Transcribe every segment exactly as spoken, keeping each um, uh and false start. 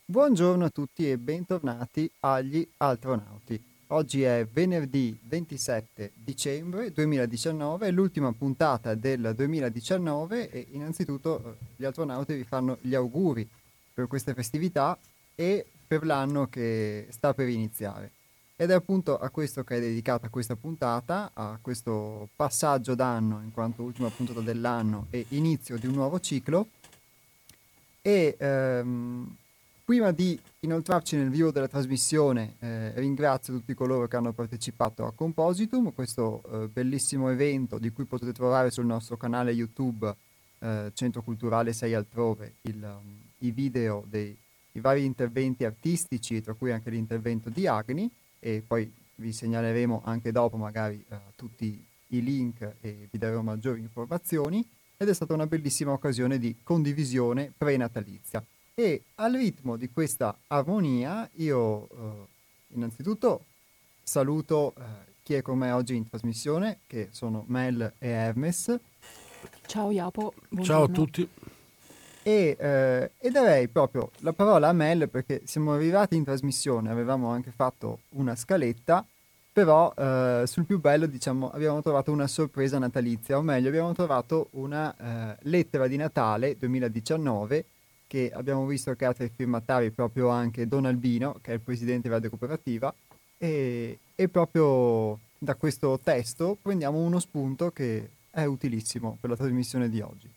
Buongiorno a tutti e bentornati agli Altronauti. Oggi è venerdì ventisette dicembre duemiladiciannove, è l'ultima puntata del duemiladiciannove e innanzitutto eh, gli Altronauti vi fanno gli auguri per queste festività e per l'anno che sta per iniziare. Ed è appunto a questo che è dedicata questa puntata, a questo passaggio d'anno in quanto ultima puntata dell'anno e inizio di un nuovo ciclo. E ehm, prima di inoltrarci nel vivo della trasmissione, eh, ringrazio tutti coloro che hanno partecipato a Compositum, questo eh, bellissimo evento di cui potete trovare sul nostro canale YouTube eh, Centro Culturale sei Altrove il, um, i video dei i vari interventi artistici, tra cui anche l'intervento di Agni, e poi vi segnaleremo anche dopo magari eh, tutti i link e vi daremo maggiori informazioni. Ed è stata una bellissima occasione di condivisione prenatalizia. E al ritmo di questa armonia io eh, innanzitutto saluto eh, chi è con me oggi in trasmissione, che sono Mel e Hermes. Ciao Japo, buongiorno. Ciao a tutti. E, eh, e darei proprio la parola a Mel perché siamo arrivati in trasmissione, avevamo anche fatto una scaletta, però eh, sul più bello, diciamo, abbiamo trovato una sorpresa natalizia, o meglio, abbiamo trovato una eh, lettera di Natale duemiladiciannove che abbiamo visto che ha tra i firmatari proprio anche Don Albino, che è il presidente della cooperativa, e, e proprio da questo testo prendiamo uno spunto che è utilissimo per la trasmissione di oggi.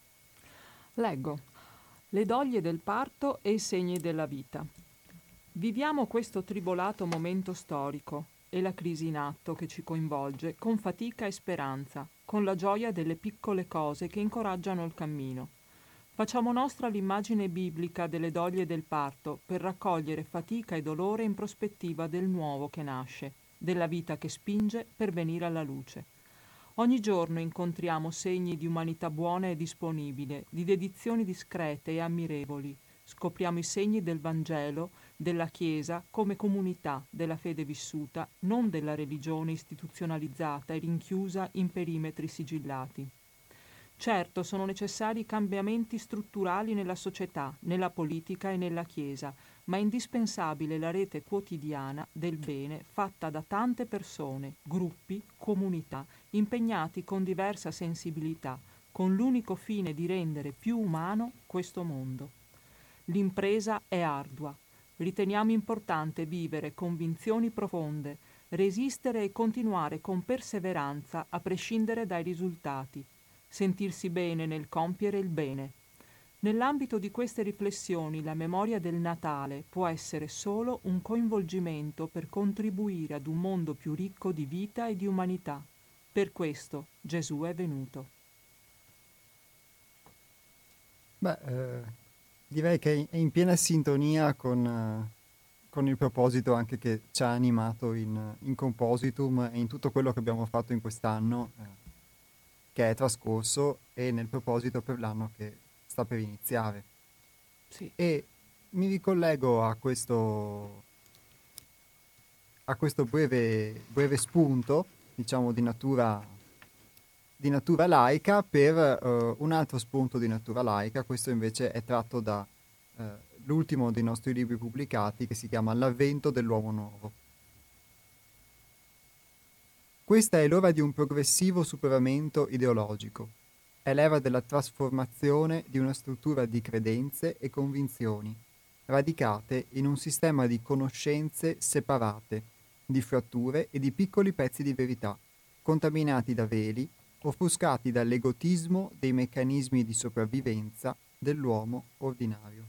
Leggo. Le doglie del parto e i segni della vita. Viviamo questo tribolato momento storico e la crisi in atto che ci coinvolge con fatica e speranza, con la gioia delle piccole cose che incoraggiano il cammino. Facciamo nostra l'immagine biblica delle doglie del parto per raccogliere fatica e dolore in prospettiva del nuovo che nasce, della vita che spinge per venire alla luce. Ogni giorno incontriamo segni di umanità buona e disponibile, di dedizioni discrete e ammirevoli. Scopriamo i segni del Vangelo, della Chiesa come comunità della fede vissuta, non della religione istituzionalizzata e rinchiusa in perimetri sigillati. Certo, sono necessari cambiamenti strutturali nella società, nella politica e nella Chiesa, ma è indispensabile la rete quotidiana del bene fatta da tante persone, gruppi, comunità, impegnati con diversa sensibilità, con l'unico fine di rendere più umano questo mondo. L'impresa è ardua. Riteniamo importante vivere convinzioni profonde, resistere e continuare con perseveranza a prescindere dai risultati, sentirsi bene nel compiere il bene. Nell'ambito di queste riflessioni la memoria del Natale può essere solo un coinvolgimento per contribuire ad un mondo più ricco di vita e di umanità. Per questo Gesù è venuto. Beh, eh, direi che è in piena sintonia con, eh, con il proposito anche che ci ha animato in, in Compositum e in tutto quello che abbiamo fatto in quest'anno eh, che è trascorso e nel proposito per l'anno che sta per iniziare. Sì. E mi ricollego a questo, a questo breve, breve spunto, diciamo di natura, di natura laica, per uh, un altro spunto di natura laica. Questo invece è tratto da uh, l'ultimo dei nostri libri pubblicati, che si chiama L'avvento dell'uomo nuovo. Questa è l'ora di un progressivo superamento ideologico. È l'era della trasformazione di una struttura di credenze e convinzioni, radicate in un sistema di conoscenze separate, di fratture e di piccoli pezzi di verità, contaminati da veli, offuscati dall'egotismo dei meccanismi di sopravvivenza dell'uomo ordinario.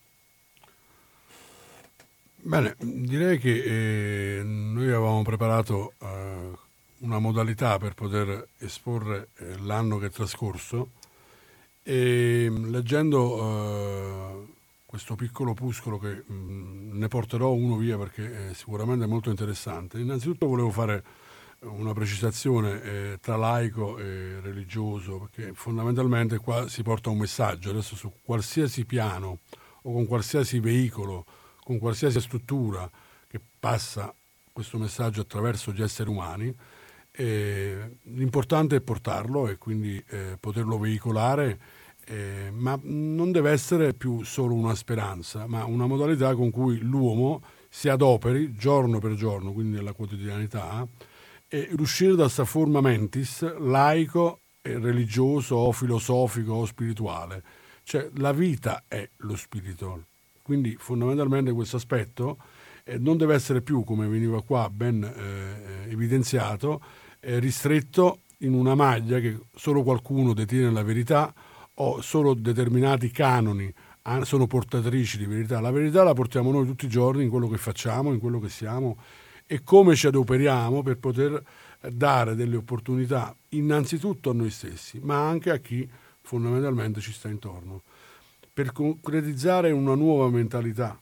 Bene, direi che eh, noi avevamo preparato eh, una modalità per poter esporre eh, l'anno che è trascorso e leggendo eh, questo piccolo opuscolo che mh, ne porterò uno via perché è sicuramente molto interessante. Innanzitutto volevo fare una precisazione eh, tra laico e religioso, perché fondamentalmente qua si porta un messaggio. Adesso su qualsiasi piano o con qualsiasi veicolo, con qualsiasi struttura che passa questo messaggio attraverso gli esseri umani, eh, l'importante è portarlo e quindi eh, poterlo veicolare eh, ma non deve essere più solo una speranza, ma una modalità con cui l'uomo si adoperi giorno per giorno, quindi nella quotidianità, e riuscire da sta forma mentis laico e religioso o filosofico o spirituale. Cioè la vita è lo spirito, quindi fondamentalmente questo aspetto eh, non deve essere più, come veniva qua ben eh, evidenziato, eh, ristretto in una maglia che solo qualcuno detiene la verità o solo determinati canoni sono portatrici di verità. La verità la portiamo noi tutti i giorni in quello che facciamo, in quello che siamo e come ci adoperiamo per poter dare delle opportunità innanzitutto a noi stessi, ma anche a chi fondamentalmente ci sta intorno, per concretizzare una nuova mentalità,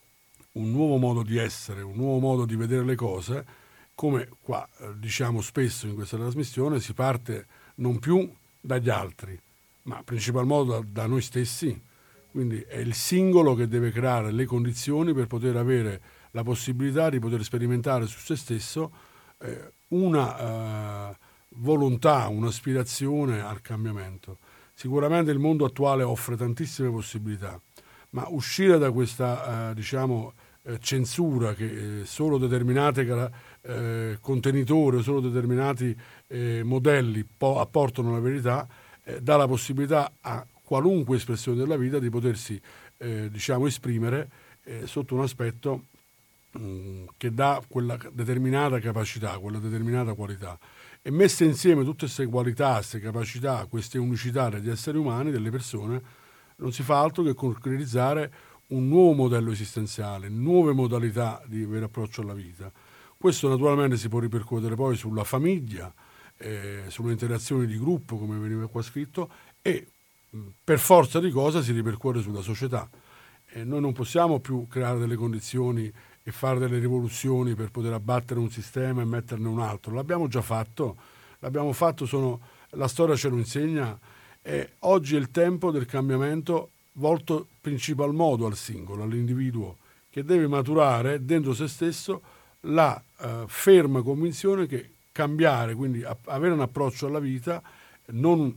un nuovo modo di essere, un nuovo modo di vedere le cose. Come qua eh, diciamo spesso in questa trasmissione, si parte non più dagli altri, ma principalmente da, da noi stessi. Quindi è il singolo che deve creare le condizioni per poter avere la possibilità di poter sperimentare su se stesso eh, una eh, volontà, un'aspirazione al cambiamento. Sicuramente il mondo attuale offre tantissime possibilità, ma uscire da questa eh, diciamo eh, censura che eh, solo determinati eh, contenitori o solo determinati eh, modelli po- apportano la verità, eh, dà la possibilità a qualunque espressione della vita di potersi eh, diciamo esprimere eh, sotto un aspetto mh, che dà quella determinata capacità, quella determinata qualità. E messe insieme tutte queste qualità, queste capacità, queste unicità degli esseri umani, delle persone, non si fa altro che concretizzare un nuovo modello esistenziale, nuove modalità di avere approccio alla vita. Questo naturalmente si può ripercuotere poi sulla famiglia, eh, sulle interazioni di gruppo, come veniva qua scritto, e per forza di cosa si ripercuote sulla società. E noi non possiamo più creare delle condizioni e fare delle rivoluzioni per poter abbattere un sistema e metterne un altro. L'abbiamo già fatto, l'abbiamo fatto, sono, la storia ce lo insegna, e oggi è il tempo del cambiamento volto principal modo al singolo, all'individuo, che deve maturare dentro se stesso la eh, ferma convinzione che cambiare, quindi a, avere un approccio alla vita, non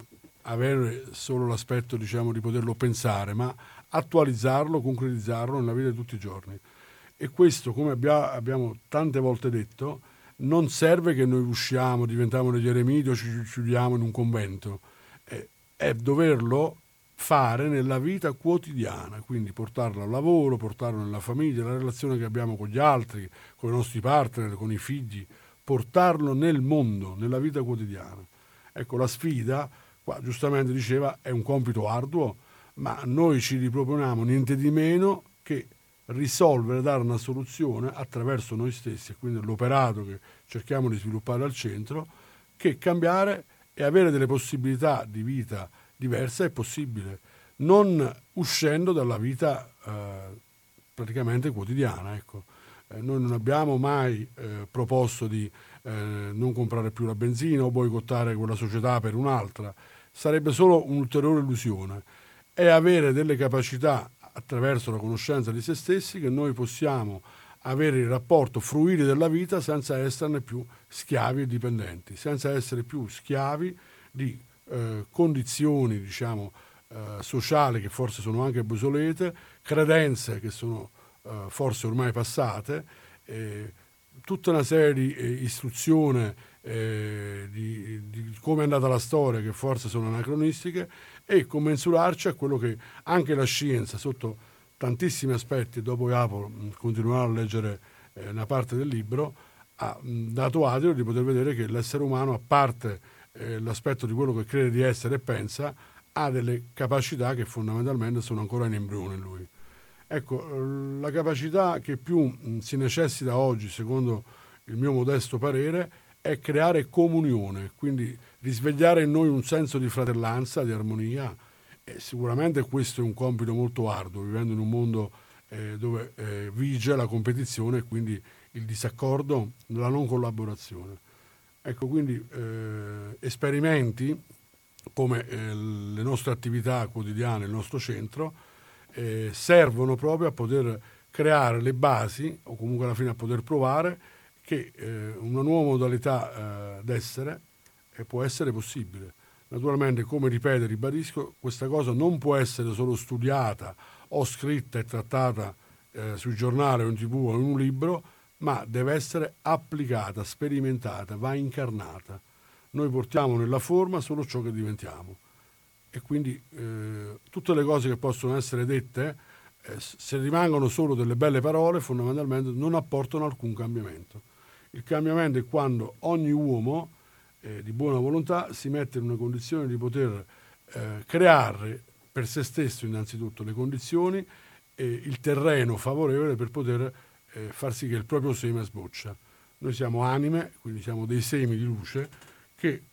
avere solo l'aspetto diciamo di poterlo pensare, ma attualizzarlo, concretizzarlo nella vita di tutti i giorni. E questo, come abbiamo, abbiamo tante volte detto, non serve che noi usciamo, diventiamo degli eremiti o ci chiudiamo in un convento, è, è doverlo fare nella vita quotidiana, quindi portarlo al lavoro, portarlo nella famiglia, la relazione che abbiamo con gli altri, con i nostri partner, con i figli, portarlo nel mondo, nella vita quotidiana. Ecco, la sfida, qua giustamente diceva, è un compito arduo, ma noi ci riproponiamo niente di meno che risolvere, dare una soluzione attraverso noi stessi, e quindi l'operato che cerchiamo di sviluppare al centro, che cambiare e avere delle possibilità di vita diversa è possibile, non uscendo dalla vita eh, praticamente quotidiana. Ecco. Eh, noi non abbiamo mai eh, proposto di eh, non comprare più la benzina o boicottare quella società per un'altra, sarebbe solo un'ulteriore illusione. È avere delle capacità attraverso la conoscenza di se stessi che noi possiamo avere il rapporto, fruire della vita senza esserne più schiavi e dipendenti, senza essere più schiavi di eh, condizioni diciamo eh, sociali che forse sono anche obsolete, credenze che sono eh, forse ormai passate, eh, tutta una serie di eh, istruzioni eh, di, di come è andata la storia che forse sono anacronistiche, e commensurarci a quello che anche la scienza sotto tantissimi aspetti, e dopo Japo continuerò a leggere eh, una parte del libro, ha mh, dato adito di poter vedere che l'essere umano, a parte eh, l'aspetto di quello che crede di essere e pensa, ha delle capacità che fondamentalmente sono ancora in embrione in lui. Ecco, la capacità che più mh, si necessita oggi, secondo il mio modesto parere, è creare comunione, quindi risvegliare in noi un senso di fratellanza, di armonia. E sicuramente questo è un compito molto arduo, vivendo in un mondo eh, dove eh, vige la competizione e quindi il disaccordo, la non collaborazione. Ecco, quindi eh, esperimenti come eh, le nostre attività quotidiane, il nostro centro, eh, servono proprio a poter creare le basi, o comunque alla fine a poter provare che eh, una nuova modalità eh, d'essere eh, può essere possibile. Naturalmente, come ripeto e ribadisco, questa cosa non può essere solo studiata o scritta e trattata eh, sui giornali o in tv o in un libro, ma deve essere applicata, sperimentata, va incarnata. Noi portiamo nella forma solo ciò che diventiamo e quindi eh, tutte le cose che possono essere dette, eh, se rimangono solo delle belle parole, fondamentalmente non apportano alcun cambiamento. Il cambiamento è quando ogni uomo eh, di buona volontà si mette in una condizione di poter eh, creare per se stesso innanzitutto le condizioni e il terreno favorevole per poter eh, far sì che il proprio seme sboccia. Noi siamo anime, quindi siamo dei semi di luce che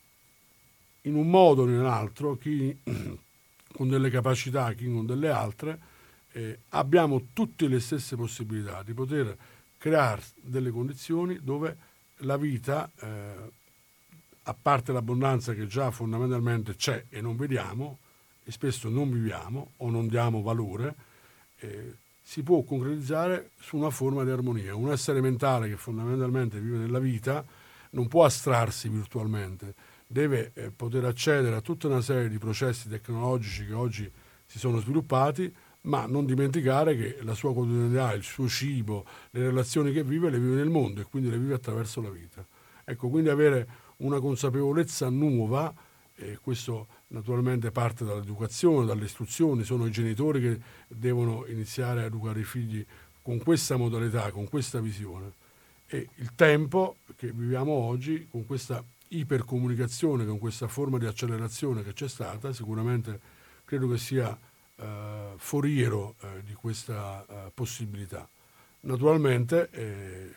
in un modo o nell'altro, chi con delle capacità, chi con delle altre, eh, abbiamo tutte le stesse possibilità di poter creare delle condizioni dove la vita, eh, a parte l'abbondanza che già fondamentalmente c'è e non vediamo, e spesso non viviamo o non diamo valore, eh, si può concretizzare su una forma di armonia. Un essere mentale che fondamentalmente vive nella vita non può astrarsi virtualmente, deve eh, poter accedere a tutta una serie di processi tecnologici che oggi si sono sviluppati, ma non dimenticare che la sua quotidianità, il suo cibo, le relazioni che vive, le vive nel mondo e quindi le vive attraverso la vita. Ecco, quindi avere una consapevolezza nuova, e questo naturalmente parte dall'educazione, dalle istruzioni, sono i genitori che devono iniziare a educare i figli con questa modalità, con questa visione. E il tempo che viviamo oggi, con questa ipercomunicazione, con questa forma di accelerazione che c'è stata, sicuramente credo che sia eh, foriero eh, di questa eh, possibilità. Naturalmente eh,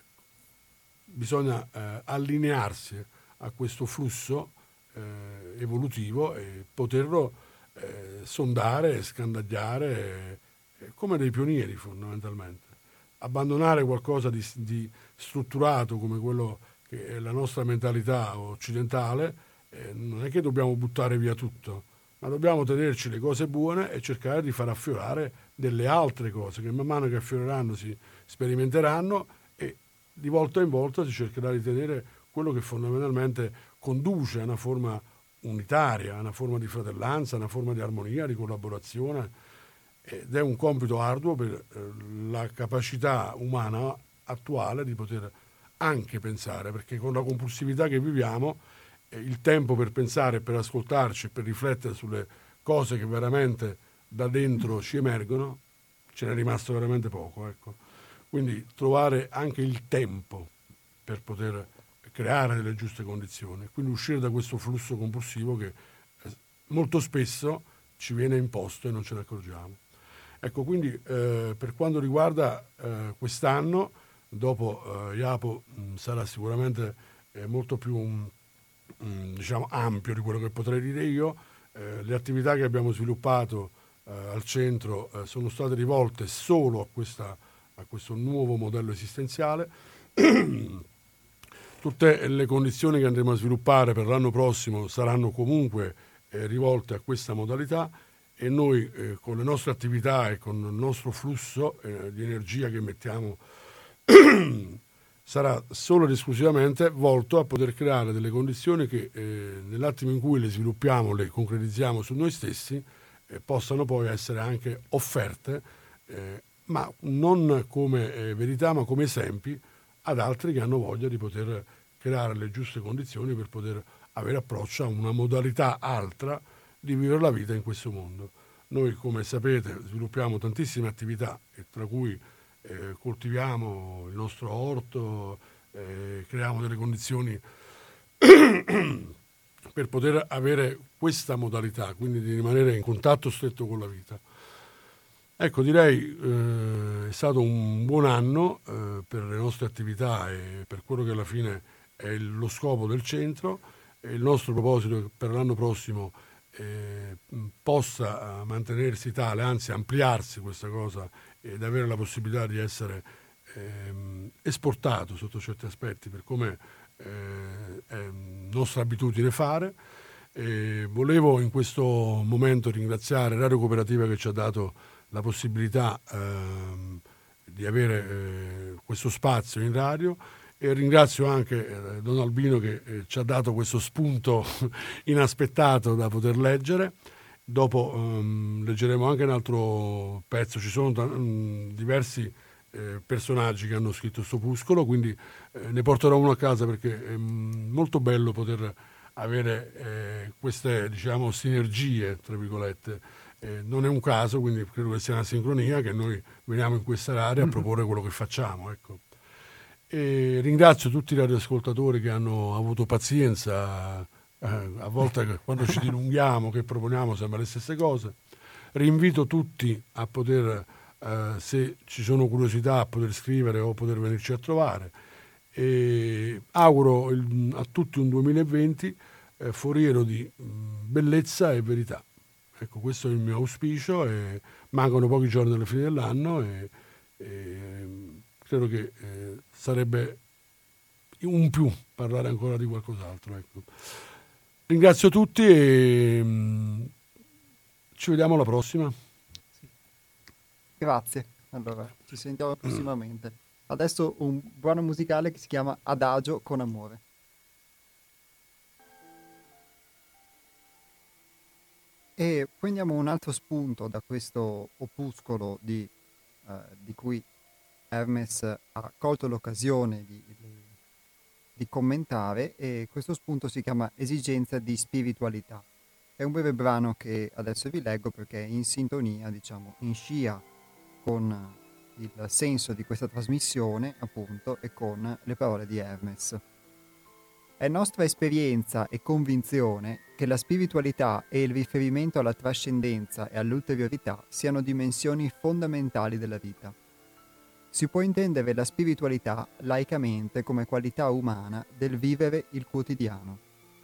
bisogna eh, allinearsi a questo flusso eh, evolutivo e poterlo eh, sondare, scandagliare eh, come dei pionieri fondamentalmente. Abbandonare qualcosa di, di strutturato come quello che è la nostra mentalità occidentale, eh, non è che dobbiamo buttare via tutto, ma dobbiamo tenerci le cose buone e cercare di far affiorare delle altre cose che man mano che affioreranno si sperimenteranno e di volta in volta si cercherà di tenere quello che fondamentalmente conduce a una forma unitaria, a una forma di fratellanza, a una forma di armonia, di collaborazione, ed è un compito arduo per la capacità umana attuale di poter anche pensare, perché con la compulsività che viviamo il tempo per pensare, per ascoltarci, per riflettere sulle cose che veramente da dentro ci emergono, ce n'è rimasto veramente poco, ecco. Quindi trovare anche il tempo per poter creare delle giuste condizioni, quindi uscire da questo flusso compulsivo che molto spesso ci viene imposto e non ce ne accorgiamo. Ecco, quindi eh, per quanto riguarda eh, quest'anno, dopo eh, IAPO mh, sarà sicuramente eh, molto più mh, diciamo ampio di quello che potrei dire io. Eh, le attività che abbiamo sviluppato eh, al centro eh, sono state rivolte solo a, questa, a questo nuovo modello esistenziale. Tutte le condizioni che andremo a sviluppare per l'anno prossimo saranno comunque eh, rivolte a questa modalità e noi eh, con le nostre attività e con il nostro flusso eh, di energia che mettiamo sarà solo ed esclusivamente volto a poter creare delle condizioni che eh, nell'attimo in cui le sviluppiamo, le concretizziamo su noi stessi, eh, possano poi essere anche offerte, eh, ma non come eh, verità, ma come esempi ad altri che hanno voglia di poter creare le giuste condizioni per poter avere approccio a una modalità altra di vivere la vita in questo mondo. Noi, come sapete, sviluppiamo tantissime attività, tra cui eh, coltiviamo il nostro orto, eh, creiamo delle condizioni per poter avere questa modalità, quindi di rimanere in contatto stretto con la vita. Ecco, direi eh, è stato un buon anno eh, per le nostre attività e per quello che alla fine è il, lo scopo del centro. E il nostro proposito è che per l'anno prossimo eh, possa mantenersi tale, anzi ampliarsi questa cosa ed avere la possibilità di essere eh, esportato sotto certi aspetti per come eh, è nostra abitudine fare. E volevo in questo momento ringraziare Radio Cooperativa che ci ha dato la possibilità ehm, di avere eh, questo spazio in radio E ringrazio anche eh, Don Albino che eh, ci ha dato questo spunto inaspettato da poter leggere. Dopo um, leggeremo anche un altro pezzo, ci sono um, diversi eh, personaggi che hanno scritto questo opuscolo, quindi eh, ne porterò uno a casa perché è um, molto bello poter avere eh, queste, diciamo, sinergie, tra virgolette. Eh, non è un caso, quindi credo che sia una sincronia che noi veniamo in questa area a proporre quello che facciamo, ecco. E ringrazio tutti i radioascoltatori che hanno avuto pazienza, eh, a volte quando ci dilunghiamo, che proponiamo sempre le stesse cose. Rinvito tutti a poter, eh, se ci sono curiosità, a poter scrivere o poter venirci a trovare. E auguro il, a tutti un duemilaventi eh, foriero di mh, bellezza e verità. Ecco, questo è il mio auspicio. E mancano pochi giorni alla fine dell'anno e, e credo che eh, sarebbe un più parlare ancora di qualcos'altro. Ecco. Ringrazio tutti e mh, ci vediamo alla prossima. Grazie, allora ci sentiamo prossimamente. Adesso un brano musicale che si chiama Adagio con amore. E prendiamo un altro spunto da questo opuscolo di, eh, di cui Hermes ha colto l'occasione di, di commentare, e questo spunto si chiama Esigenza di spiritualità. È un breve brano che adesso vi leggo perché è in sintonia, diciamo, in scia con il senso di questa trasmissione, appunto, e con le parole di Hermes. È nostra esperienza e convinzione che la spiritualità e il riferimento alla trascendenza e all'ulteriorità siano dimensioni fondamentali della vita. Si può intendere la spiritualità laicamente come qualità umana del vivere il quotidiano.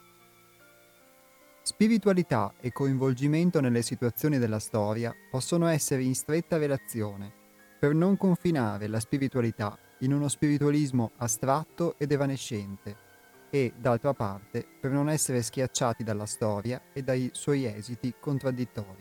Spiritualità e coinvolgimento nelle situazioni della storia possono essere in stretta relazione per non confinare la spiritualità in uno spiritualismo astratto ed evanescente e, d'altra parte, per non essere schiacciati dalla storia e dai suoi esiti contraddittori.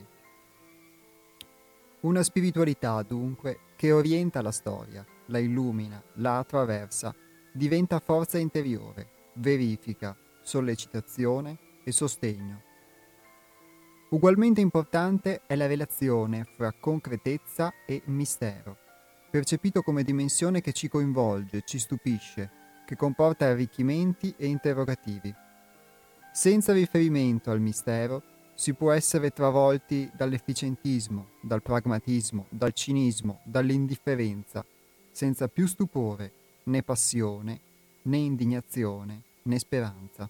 Una spiritualità, dunque, che orienta la storia, la illumina, la attraversa, diventa forza interiore, verifica, sollecitazione e sostegno. Ugualmente importante è la relazione fra concretezza e mistero, percepito come dimensione che ci coinvolge, ci stupisce, che comporta arricchimenti e interrogativi. Senza riferimento al mistero si può essere travolti dall'efficientismo, dal pragmatismo, dal cinismo, dall'indifferenza, senza più stupore, né passione, né indignazione, né speranza.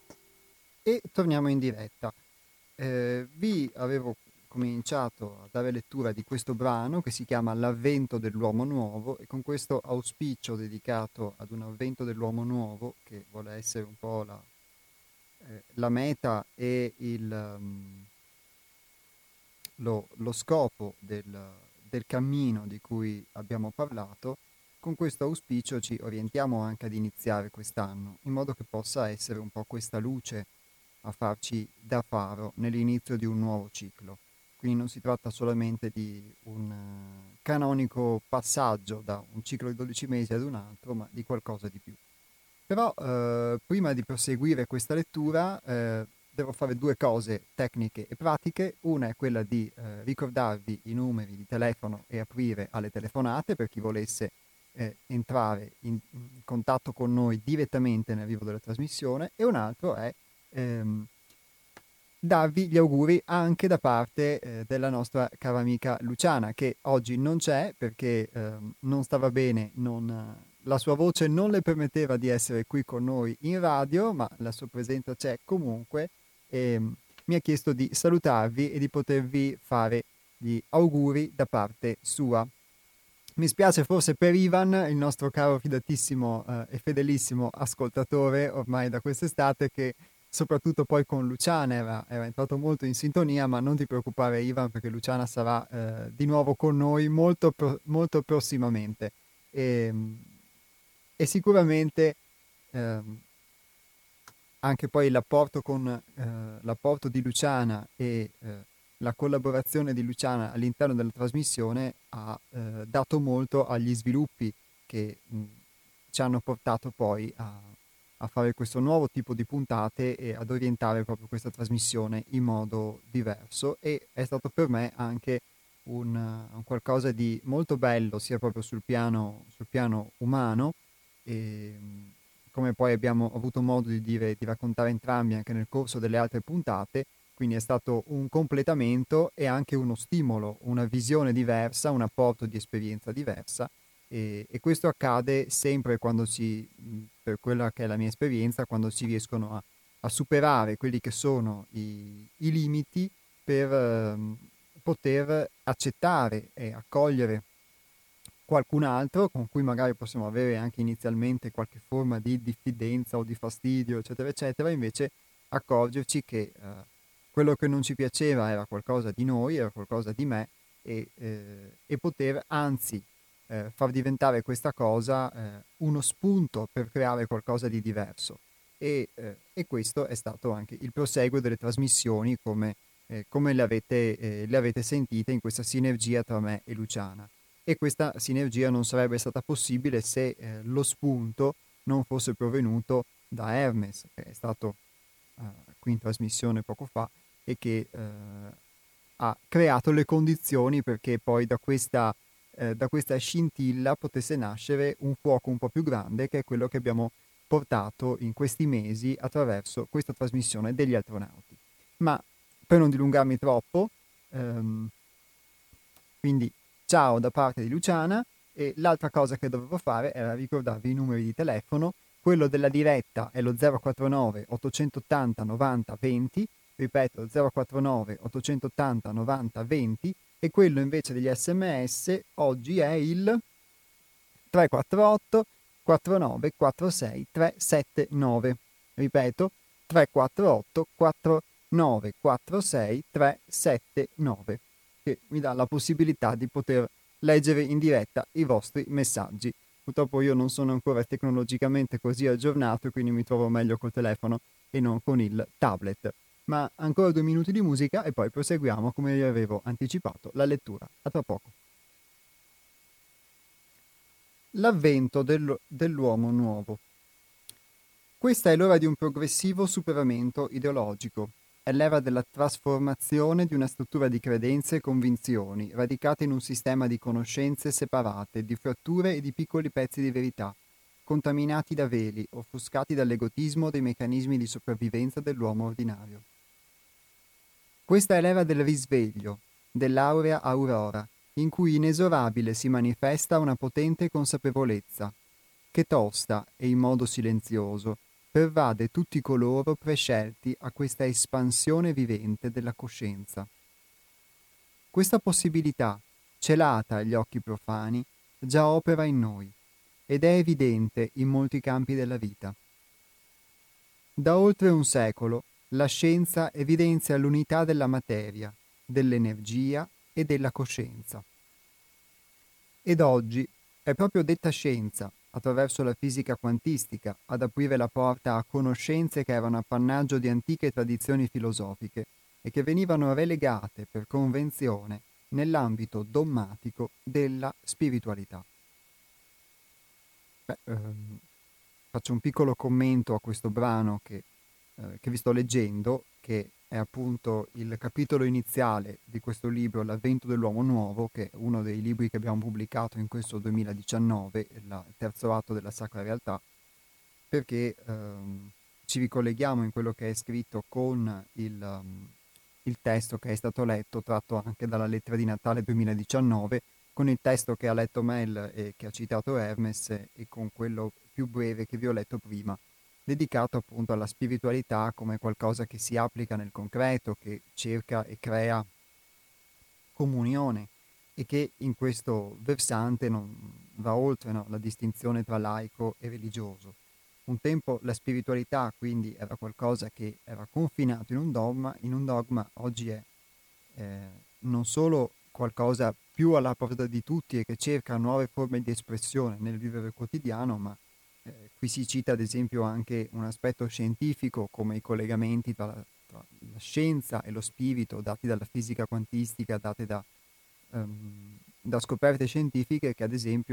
E torniamo in diretta. Eh, vi avevo cominciato a dare lettura di questo brano che si chiama L'avvento dell'uomo nuovo, e con questo auspicio dedicato ad un avvento dell'uomo nuovo che vuole essere un po' la, eh, la meta e il, um, lo, lo scopo del, del cammino di cui abbiamo parlato, con questo auspicio ci orientiamo anche ad iniziare quest'anno, in modo che possa essere un po' questa luce a farci da faro nell'inizio di un nuovo ciclo. Quindi non si tratta solamente di un uh, canonico passaggio da un ciclo di dodici mesi ad un altro, ma di qualcosa di più. Però eh, prima di proseguire questa lettura eh, devo fare due cose tecniche e pratiche. Una è quella di eh, ricordarvi i numeri di telefono e aprire alle telefonate per chi volesse eh, entrare in, in contatto con noi direttamente nel vivo della trasmissione, e un altro è ehm, darvi gli auguri anche da parte eh, della nostra cara amica Luciana, che oggi non c'è perché eh, non stava bene, non, la sua voce non le permetteva di essere qui con noi in radio, ma la sua presenza c'è comunque, e um, mi ha chiesto di salutarvi e di potervi fare gli auguri da parte sua. Mi spiace forse per Ivan, il nostro caro fidatissimo eh, e fedelissimo ascoltatore ormai da quest'estate, che soprattutto poi con Luciana era, era entrato molto in sintonia, ma non ti preoccupare Ivan, perché Luciana sarà eh, di nuovo con noi molto, pro- molto prossimamente. E, e sicuramente eh, anche poi l'apporto, con, eh, l'apporto di Luciana e eh, la collaborazione di Luciana all'interno della trasmissione ha eh, dato molto agli sviluppi che mh, ci hanno portato poi a, a fare questo nuovo tipo di puntate e ad orientare proprio questa trasmissione in modo diverso, e è stato per me anche un, un qualcosa di molto bello sia proprio sul piano, sul piano umano, e come poi abbiamo avuto modo di dire, di raccontare entrambi anche nel corso delle altre puntate. Quindi è stato un completamento e anche uno stimolo, una visione diversa, un apporto di esperienza diversa, e, e questo accade sempre quando si, per quella che è la mia esperienza, quando si riescono a, a superare quelli che sono i, i limiti per ehm, poter accettare e accogliere qualcun altro con cui magari possiamo avere anche inizialmente qualche forma di diffidenza o di fastidio, eccetera, eccetera, invece accorgerci che eh, quello che non ci piaceva era qualcosa di noi, era qualcosa di me, e, eh, e poter anzi eh, far diventare questa cosa eh, uno spunto per creare qualcosa di diverso. E, eh, e questo è stato anche il proseguo delle trasmissioni come, eh, come le, avete, eh, le avete sentite in questa sinergia tra me e Luciana. E questa sinergia non sarebbe stata possibile se eh, lo spunto non fosse provenuto da Hermes, che è stato eh, qui in trasmissione poco fa, e che eh, ha creato le condizioni perché poi da questa, eh, da questa scintilla potesse nascere un fuoco un po' più grande, che è quello che abbiamo portato in questi mesi attraverso questa trasmissione degli astronauti. Ma per non dilungarmi troppo, ehm, quindi ciao da parte di Luciana, e l'altra cosa che dovevo fare era ricordarvi i numeri di telefono. Quello della diretta è lo zero quattro nove ottocentottanta novanta venti, ripeto zero quattro nove ottocentottanta novanta venti, e quello invece degli sms oggi è il tre quattro otto quattro nove quattro sei tre sette nove, ripeto tre quattro otto quattro nove quattro sei tre sette nove, che mi dà la possibilità di poter leggere in diretta i vostri messaggi. Purtroppo io non sono ancora tecnologicamente così aggiornato e quindi mi trovo meglio col telefono e non con il tablet. Ma ancora due minuti di musica e poi proseguiamo, come vi avevo anticipato, la lettura. A tra poco. L'avvento dell'u- dell'uomo nuovo. Questa è l'ora di un progressivo superamento ideologico. È l'era della trasformazione di una struttura di credenze e convinzioni, radicate in un sistema di conoscenze separate, di fratture e di piccoli pezzi di verità, contaminati da veli, offuscati dall'egotismo dei meccanismi di sopravvivenza dell'uomo ordinario. Questa è l'era del risveglio, dell'aurea aurora, in cui inesorabile si manifesta una potente consapevolezza, che tosta e in modo silenzioso pervade tutti coloro prescelti a questa espansione vivente della coscienza. Questa possibilità, celata agli occhi profani, già opera in noi ed è evidente in molti campi della vita. Da oltre un secolo la scienza evidenzia l'unità della materia, dell'energia e della coscienza. Ed oggi è proprio detta scienza, attraverso la fisica quantistica, ad aprire la porta a conoscenze che erano appannaggio di antiche tradizioni filosofiche e che venivano relegate per convenzione nell'ambito dommatico della spiritualità. Beh, ehm, faccio un piccolo commento a questo brano che, eh, che vi sto leggendo, che è appunto il capitolo iniziale di questo libro, L'avvento dell'uomo nuovo, che è uno dei libri che abbiamo pubblicato in questo duemiladiciannove, il terzo atto della Sacra Realtà, perché ehm, ci ricolleghiamo in quello che è scritto con il, um, il testo che è stato letto, tratto anche dalla lettera di Natale duemiladiciannove, con il testo che ha letto Mel e che ha citato Hermes, e con quello più breve che vi ho letto prima, dedicato appunto alla spiritualità come qualcosa che si applica nel concreto, che cerca e crea comunione, e che in questo versante non va oltre, no, la distinzione tra laico e religioso. Un tempo la spiritualità quindi era qualcosa che era confinato in un dogma, in un dogma oggi è eh, non solo qualcosa più alla portata di tutti e che cerca nuove forme di espressione nel vivere quotidiano, ma eh, qui si cita ad esempio anche un aspetto scientifico come i collegamenti tra la, tra la scienza e lo spirito dati dalla fisica quantistica, dati da, um, da scoperte scientifiche che ad esempio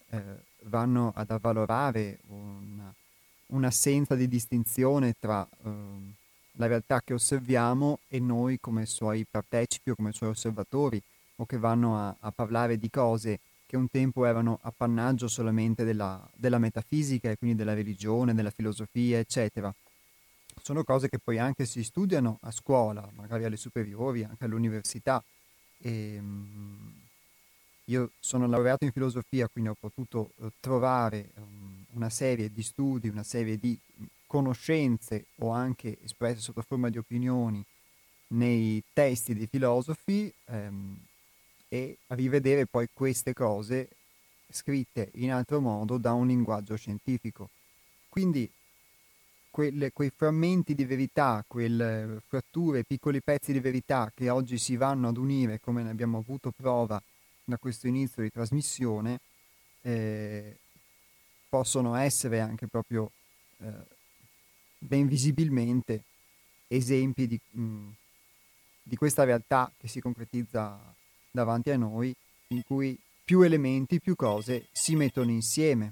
eh, vanno ad avvalorare una, un'assenza di distinzione tra ehm, la realtà che osserviamo e noi come suoi partecipi o come suoi osservatori, o che vanno a, a parlare di cose che un tempo erano appannaggio solamente della, della metafisica e quindi della religione, della filosofia, eccetera. Sono cose che poi anche si studiano a scuola, magari alle superiori, anche all'università. E, mm, io sono laureato in filosofia, quindi ho potuto eh, trovare um, una serie di studi, una serie di conoscenze o anche espresse sotto forma di opinioni nei testi dei filosofi, ehm, e a rivedere poi queste cose scritte in altro modo da un linguaggio scientifico. Quindi quelle, quei frammenti di verità, quelle fratture, piccoli pezzi di verità che oggi si vanno ad unire, come ne abbiamo avuto prova da questo inizio di trasmissione, eh, possono essere anche proprio eh, ben visibilmente esempi di, mh, di questa realtà che si concretizza davanti a noi, in cui più elementi, più cose si mettono insieme.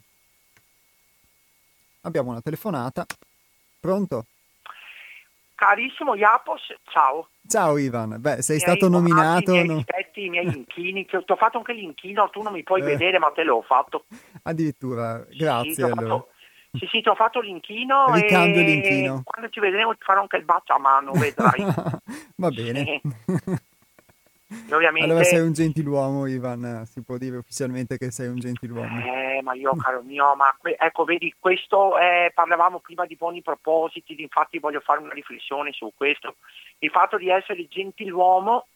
Abbiamo una telefonata. Pronto? Carissimo Iapos, ciao. Ciao Ivan, beh, sei Mi stato hai nominato... I miei no? rispetti, i miei inchini, ti ho, ti ho fatto anche l'inchino, tu non mi puoi Eh. vedere ma te l'ho fatto. Addirittura, Sì, grazie ti ho allora. fatto, sì, sì, ti ho fatto l'inchino Ricambio e l'inchino. quando ci vedremo ti farò anche il bacio a mano, vedrai. Va bene. E ovviamente... Allora sei un gentiluomo, Ivan, si può dire ufficialmente che sei un gentiluomo. Eh, ma io, caro mio, ma que- ecco, vedi, questo, eh, parlavamo prima di buoni propositi, infatti voglio fare una riflessione su questo. Il fatto di essere gentiluomo,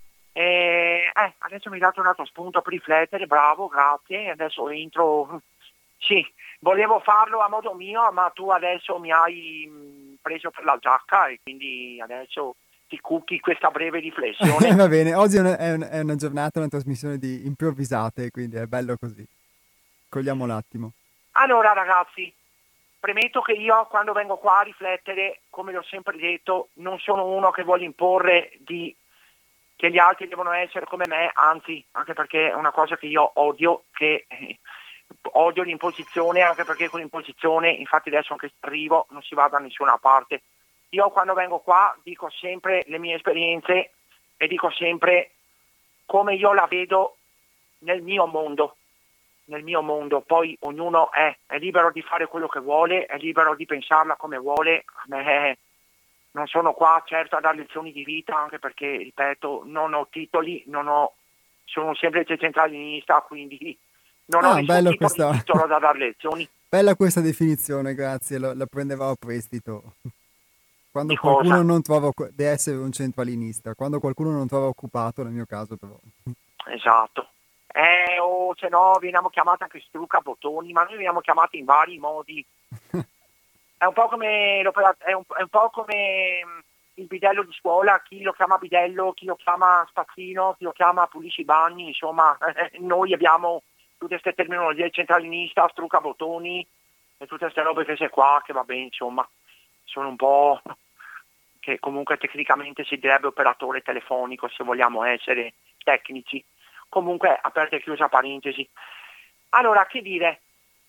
eh, eh, adesso mi hai dato un altro spunto per riflettere, bravo, grazie, adesso entro, sì, volevo farlo a modo mio, ma tu adesso mi hai mh, preso per la giacca e quindi adesso ti cucchi questa breve riflessione. Va bene, oggi è una, è, una, è una giornata, una trasmissione di improvvisate, quindi è bello così. Cogliamo l'attimo. Allora ragazzi, premetto che io quando vengo qua a riflettere, come l'ho sempre detto, non sono uno che vuole imporre di che gli altri devono essere come me, anzi, anche perché è una cosa che io odio, che eh, odio l'imposizione, anche perché con l'imposizione, infatti adesso anche se arrivo, non si va da nessuna parte. Io quando vengo qua dico sempre le mie esperienze e dico sempre come io la vedo nel mio mondo. Nel mio mondo, poi ognuno è, è libero di fare quello che vuole, è libero di pensarla come vuole. A me non sono qua certo a dare lezioni di vita, anche perché, ripeto, non ho titoli, non ho, sono un semplice centralinista, quindi non ah, ho nessun tipo questa... di titolo da dare lezioni. Bella questa definizione, grazie, lo, la prenderò a prestito. Quando Di qualcuno cosa? non trova, deve essere un centralinista, quando qualcuno non trova occupato, nel mio caso però. Esatto. Eh, o se no veniamo chiamati anche struca bottoni, ma noi veniamo chiamati in vari modi. È un po' come è un, è un po' come il bidello di scuola, chi lo chiama bidello, chi lo chiama spazzino, chi lo chiama pulisci i bagni, insomma, eh, noi abbiamo tutte queste terminologie, centralinista, struca bottoni e tutte queste robe che sei qua, che va bene, insomma, sono un po' che comunque tecnicamente si direbbe operatore telefonico, se vogliamo essere tecnici. Comunque, aperta e chiusa parentesi. Allora, che dire?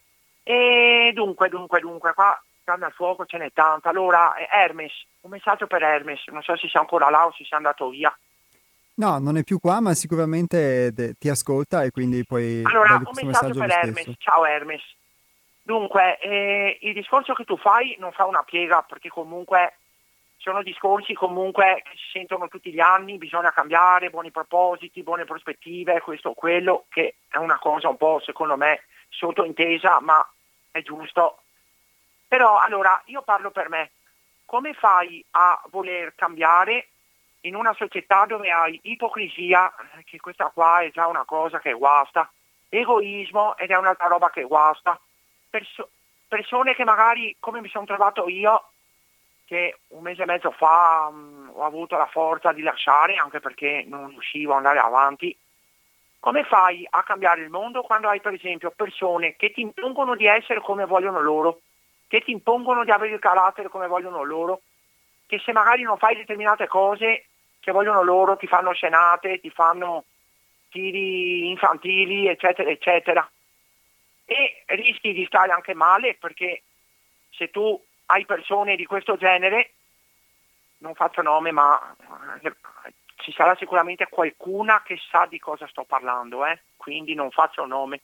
E dunque, dunque, dunque, qua carne al fuoco ce n'è tanta. Allora, Hermes, un messaggio per Hermes, non so se sia ancora là o se sia andato via. No, non è più qua, ma sicuramente de- ti ascolta e quindi poi allora, dargli un questo messaggio messaggio per lo Hermes. stesso. Ciao Hermes. Dunque, eh, il discorso che tu fai non fa una piega, perché comunque sono discorsi comunque che si sentono tutti gli anni, bisogna cambiare, buoni propositi, buone prospettive, questo o quello, che è una cosa un po' secondo me sottointesa, ma è giusto. Però allora io parlo per me, come fai a voler cambiare in una società dove hai ipocrisia, che questa qua è già una cosa che guasta, egoismo ed è un'altra roba che guasta, Perso- persone che magari, come mi sono trovato io, che un mese e mezzo fa mh, ho avuto la forza di lasciare, anche perché non riuscivo ad andare avanti. Come fai a cambiare il mondo quando hai per esempio persone che ti impongono di essere come vogliono loro, che ti impongono di avere il carattere come vogliono loro, che se magari non fai determinate cose che vogliono loro ti fanno scenate, ti fanno tiri infantili, eccetera, eccetera. e rischi di stare anche male, perché se tu hai persone di questo genere, non faccio nome, ma eh, ci sarà sicuramente qualcuna che sa di cosa sto parlando, eh? Quindi non faccio nome.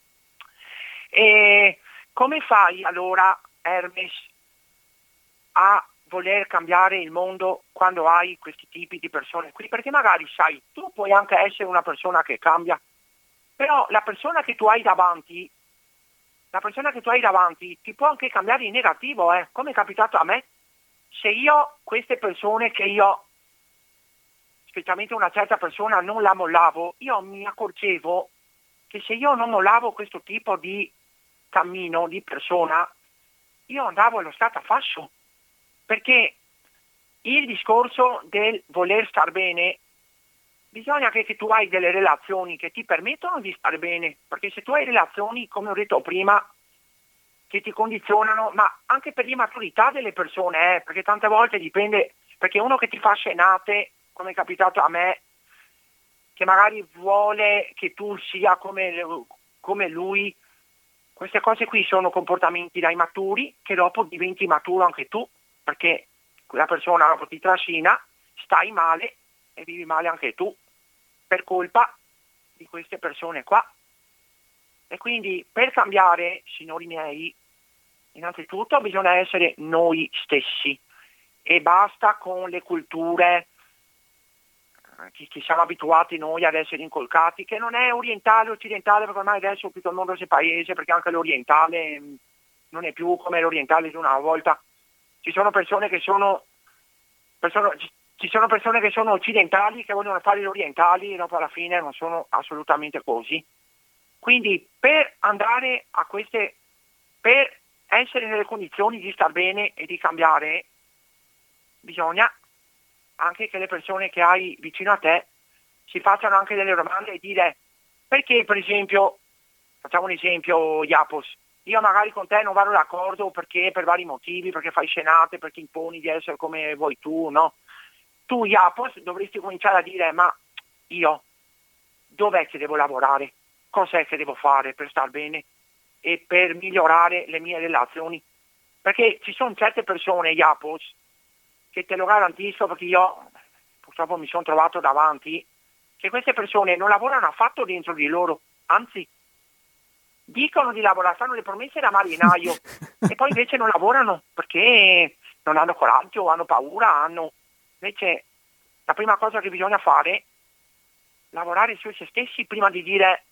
E come fai allora, Hermes, a voler cambiare il mondo quando hai questi tipi di persone qui? Perché magari, sai, tu puoi anche essere una persona che cambia, però la persona che tu hai davanti, la persona che tu hai davanti ti può anche cambiare in negativo, eh? Come è capitato a me. Se io queste persone che io, specialmente una certa persona, non la mollavo, io mi accorgevo che se io non mollavo questo tipo di cammino, di persona, io andavo allo stato a fascio, perché il discorso del voler star bene, bisogna che, che tu hai delle relazioni che ti permettono di stare bene, perché se tu hai relazioni, come ho detto prima, che ti condizionano, ma anche per l'immaturità delle persone, eh, perché tante volte dipende, perché uno che ti fa scenate, come è capitato a me, che magari vuole che tu sia come, come lui, queste cose qui sono comportamenti da immaturi, che dopo diventi maturo anche tu, perché quella persona dopo ti trascina, stai male e vivi male anche tu, per colpa di queste persone qua. E quindi per cambiare, signori miei, innanzitutto bisogna essere noi stessi e basta con le culture che, che siamo abituati noi ad essere incolcati, che non è orientale o occidentale, perché ormai adesso tutto il mondo si è paese, perché anche l'orientale non è più come l'orientale di una volta. Ci sono persone che sono, persone, ci sono persone che sono occidentali, che vogliono fare gli orientali e dopo alla fine non sono assolutamente così. Quindi per andare a queste, per essere nelle condizioni di star bene e di cambiare, bisogna anche che le persone che hai vicino a te si facciano anche delle domande e dire: perché, per esempio, facciamo un esempio, Iapos, io magari con te non vado d'accordo perché per vari motivi, perché fai scenate, perché imponi di essere come vuoi tu, no? Tu, Iapos, dovresti cominciare a dire: ma io dov'è che devo lavorare? Cos'è che devo fare per star bene e per migliorare le mie relazioni? Perché ci sono certe persone, Iapos, che te lo garantisco, perché io purtroppo mi sono trovato davanti, che queste persone non lavorano affatto dentro di loro, anzi dicono di lavorare, fanno le promesse da marinaio e poi invece non lavorano perché non hanno coraggio, hanno paura, hanno... Invece la prima cosa che bisogna fare è lavorare su se stessi prima di dire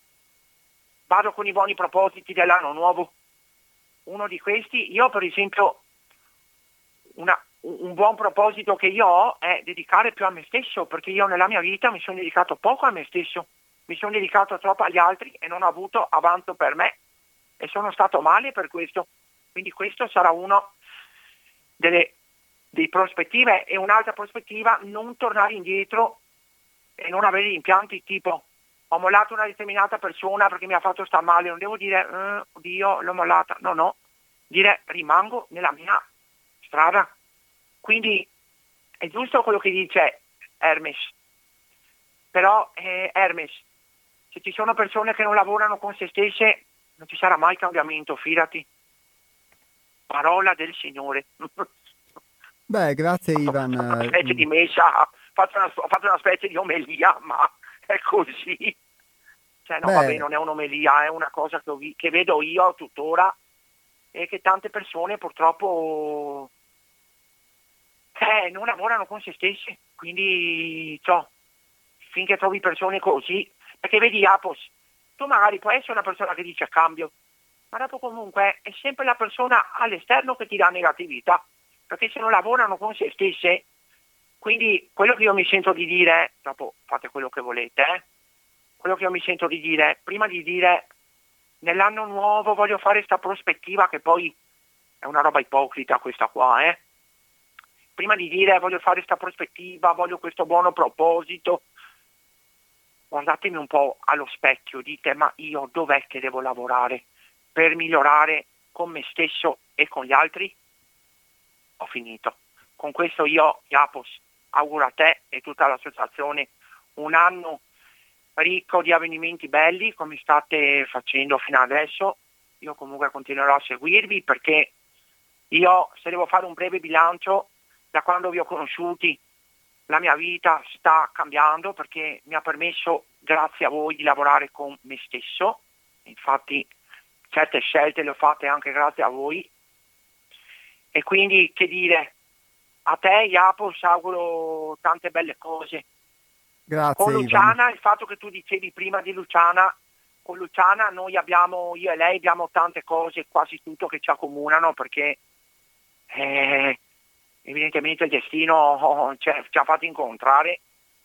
vado con i buoni propositi dell'anno nuovo. Uno di questi, io per esempio, una, un buon proposito che io ho è dedicare più a me stesso, perché io nella mia vita mi sono dedicato poco a me stesso, mi sono dedicato troppo agli altri e non ho avuto avanzo per me e sono stato male per questo. Quindi questo sarà uno delle, delle prospettive. E un'altra prospettiva, non tornare indietro e non avere impianti tipo ho mollato una determinata persona perché mi ha fatto star male, non devo dire eh, oddio l'ho mollata, no no, dire rimango nella mia strada. Quindi è giusto quello che dice Hermes, però eh, Hermes, se ci sono persone che non lavorano con se stesse non ci sarà mai cambiamento, fidati. Parola del Signore. Beh, grazie Ivan. Una specie di messa, faccio una, ho fatto una specie di omelia, ma è così. Cioè no, Beh. vabbè, non è un'omelia, è una cosa che, ho vi- che vedo io tuttora e che tante persone purtroppo eh, non lavorano con se stessi. Quindi, cioè, finché trovi persone così, perché vedi Apos, tu magari puoi essere una persona che dice cambio, ma dopo comunque è sempre la persona all'esterno che ti dà negatività, perché se non lavorano con se stesse. Quindi quello che io mi sento di dire, dopo fate quello che volete, eh? quello che io mi sento di dire, prima di dire nell'anno nuovo voglio fare sta prospettiva, che poi è una roba ipocrita questa qua, eh? prima di dire voglio fare sta prospettiva, voglio questo buono proposito, guardatemi un po' allo specchio, dite ma io dov'è che devo lavorare per migliorare con me stesso e con gli altri? Ho finito. Con questo io, Iapos, auguro a te e tutta l'associazione un anno ricco di avvenimenti belli come state facendo fino adesso. Io comunque continuerò a seguirvi, perché io, se devo fare un breve bilancio, da quando vi ho conosciuti la mia vita sta cambiando, perché mi ha permesso, grazie a voi, di lavorare con me stesso. Infatti certe scelte le ho fatte anche grazie a voi, e quindi, che dire, a te Iapos auguro tante belle cose. Grazie, Con Luciana, Ivan. il fatto che tu dicevi prima di Luciana, con Luciana noi abbiamo, io e lei abbiamo tante cose, quasi tutto, che ci accomunano, perché eh, evidentemente il destino ci ha, ci ha fatto incontrare,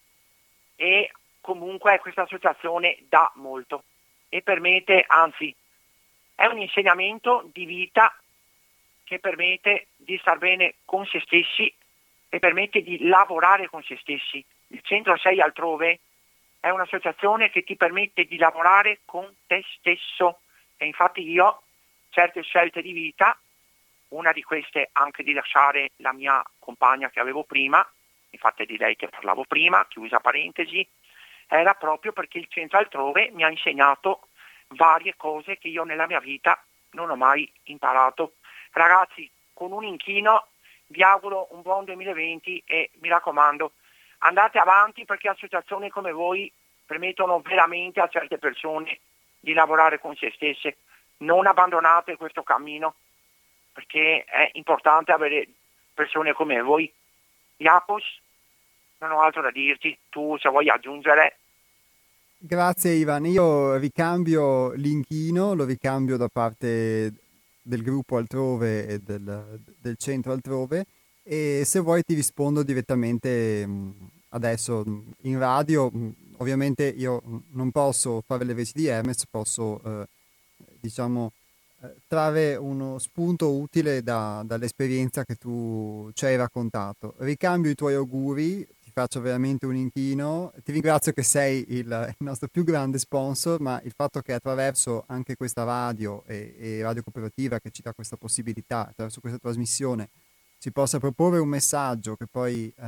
e comunque questa associazione dà molto e permette, anzi è un insegnamento di vita che permette di star bene con se stessi e permette di lavorare con se stessi. Il Centro sei altrove è un'associazione che ti permette di lavorare con te stesso, e infatti io certe scelte di vita, una di queste anche di lasciare la mia compagna che avevo prima, infatti è di lei che parlavo prima, chiusa parentesi, era proprio perché il Centro altrove mi ha insegnato varie cose che io nella mia vita non ho mai imparato. Ragazzi, con un inchino vi auguro un buon duemilaventi e mi raccomando, andate avanti, perché associazioni come voi permettono veramente a certe persone di lavorare con se stesse. Non abbandonate questo cammino, perché è importante avere persone come voi. Iapos, non ho altro da dirti, tu se vuoi aggiungere. Grazie Ivan, io ricambio l'inchino, lo ricambio da parte del gruppo altrove e del, del centro altrove, e se vuoi ti rispondo direttamente mh, adesso mh, in radio. Mh, ovviamente io mh, non posso fare le veci di Hermes, posso eh, diciamo eh, trarre uno spunto utile da, dall'esperienza che tu ci hai raccontato. Ricambio i tuoi auguri, ti faccio veramente un inchino, ti ringrazio che sei il, il nostro più grande sponsor, ma il fatto che attraverso anche questa radio e, e Radio Cooperativa, che ci dà questa possibilità, attraverso questa trasmissione, si possa proporre un messaggio che poi eh,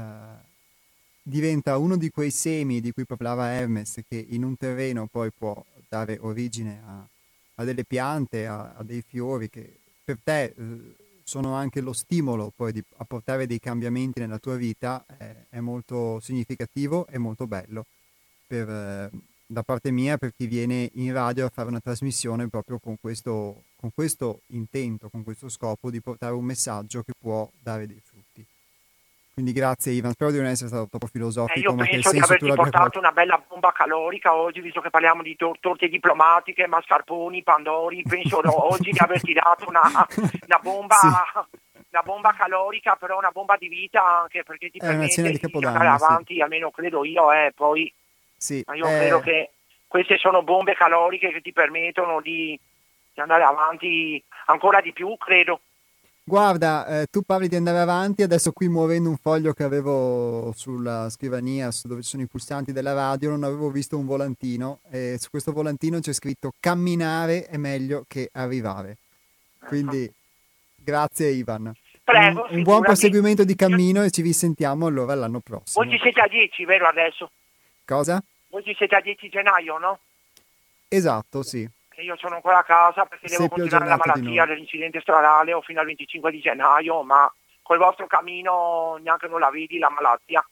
diventa uno di quei semi di cui parlava Hermes, che in un terreno poi può dare origine a, a delle piante, a, a dei fiori che per te eh, sono anche lo stimolo poi di apportare dei cambiamenti nella tua vita, è, è molto significativo e molto bello per, eh, da parte mia, per chi viene in radio a fare una trasmissione proprio con questo, con questo intento, con questo scopo di portare un messaggio che può dare dei frutti. Quindi grazie Ivan, spero di non essere stato troppo filosofico, Eh, io ma che il penso di senso tu averti l'abbia portato colto. una bella bomba calorica oggi, visto che parliamo di tor- torte diplomatiche, mascarponi, pandori. Penso no, oggi di averti dato una, una bomba Sì. una bomba calorica, però una bomba di vita, anche perché ti È una cena permette di di andare Capodanno, sì. avanti, almeno credo io, eh, poi Sì, ma io eh, credo che queste sono bombe caloriche che ti permettono di, di andare avanti ancora di più, credo. guarda, eh, tu parli di andare avanti, adesso qui muovendo un foglio che avevo sulla scrivania, su dove ci sono i pulsanti della radio, non avevo visto un volantino, e su questo volantino c'è scritto camminare è meglio che arrivare. Quindi grazie Ivan. Prego, un, un buon figurati. proseguimento di cammino e ci risentiamo allora l'anno prossimo. Voi ci siete a dieci, vero adesso? Cosa? Voi ci siete a dieci gennaio, no? Esatto, sì. Che io sono ancora a casa perché Sei devo più continuare la aggiornato di malattia noi. dell'incidente stradale o fino al venticinque di gennaio, ma col vostro cammino neanche non la vedi la malattia.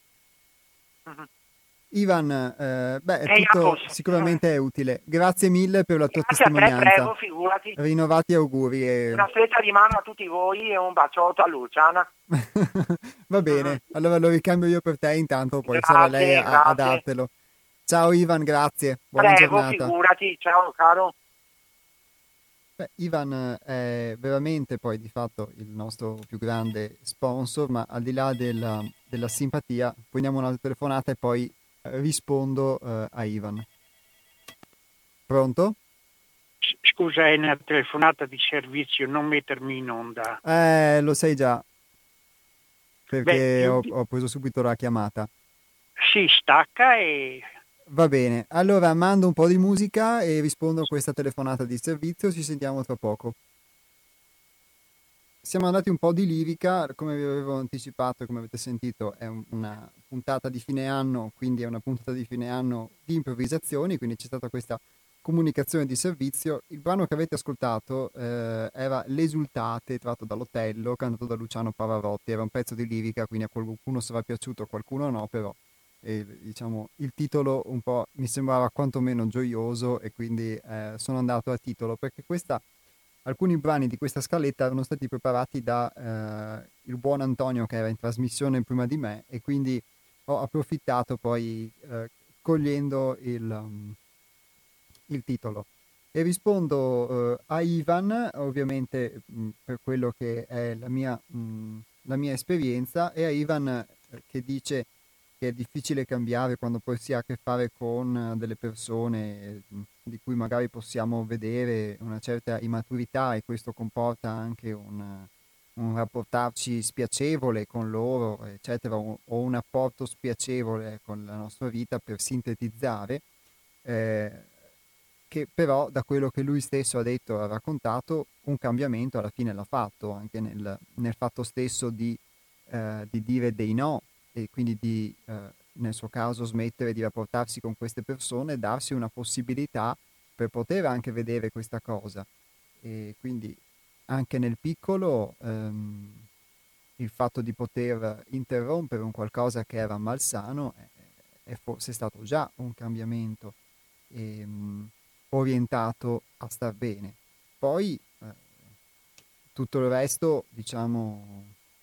Mhm. Ivan, eh, beh, Eh, tutto Iapos. sicuramente è utile. Grazie mille per la tua Grazie a te, testimonianza. prego, figurati. Rinnovati auguri. E... Una stretta di mano a tutti voi e un baciotto a Luciana. Va bene, allora lo ricambio io per te, intanto poi Grazie, sarà lei a, a grazie. dartelo. Ciao Ivan, grazie. Buona Prego, giornata. figurati. Ciao, caro. Beh, Ivan è veramente poi di fatto il nostro più grande sponsor, ma al di là della, della simpatia, prendiamo un'altra telefonata e poi eh, rispondo eh, a Ivan. Pronto? Scusa, è una telefonata di servizio, non mettermi in onda. Eh, lo sai già, perché Beh, io- ho, ho preso subito la chiamata. Si stacca e Va bene, allora mando un po' di musica e rispondo a questa telefonata di servizio, ci sentiamo tra poco. siamo andati un po' di lirica, come vi avevo anticipato, come avete sentito, è un- una puntata di fine anno, quindi è una puntata di fine anno di improvvisazioni, quindi c'è stata questa comunicazione di servizio. Il brano che avete ascoltato eh, era L'Esultate, tratto dall'Otello, cantato da Luciano Pavarotti, era un pezzo di lirica, quindi a qualcuno sarà piaciuto, a qualcuno no, però eh, diciamo, il titolo un po' mi sembrava quantomeno gioioso e quindi eh, sono andato a titolo, perché questa alcuni brani di questa scaletta erano stati preparati da eh, il buon Antonio che era in trasmissione prima di me e quindi ho approfittato poi eh, cogliendo il, um, il titolo. E rispondo eh, a Ivan, ovviamente mh, per quello che è la mia, mh, la mia esperienza, e a Ivan eh, che dice che è difficile cambiare quando poi si ha a che fare con eh, delle persone eh, di cui magari possiamo vedere una certa immaturità e questo comporta anche un, un rapportarci spiacevole con loro, eccetera, o, o un apporto spiacevole con la nostra vita per sintetizzare. Eh, che però da quello che lui stesso ha detto e ha raccontato, un cambiamento alla fine l'ha fatto, anche nel, nel fatto stesso di, eh, di dire dei no e quindi di, eh, nel suo caso, smettere di rapportarsi con queste persone, darsi una possibilità per poter anche vedere questa cosa. E quindi anche nel piccolo ehm, il fatto di poter interrompere un qualcosa che era malsano è, è forse stato già un cambiamento ehm, orientato a star bene. Poi eh, tutto il resto, diciamo,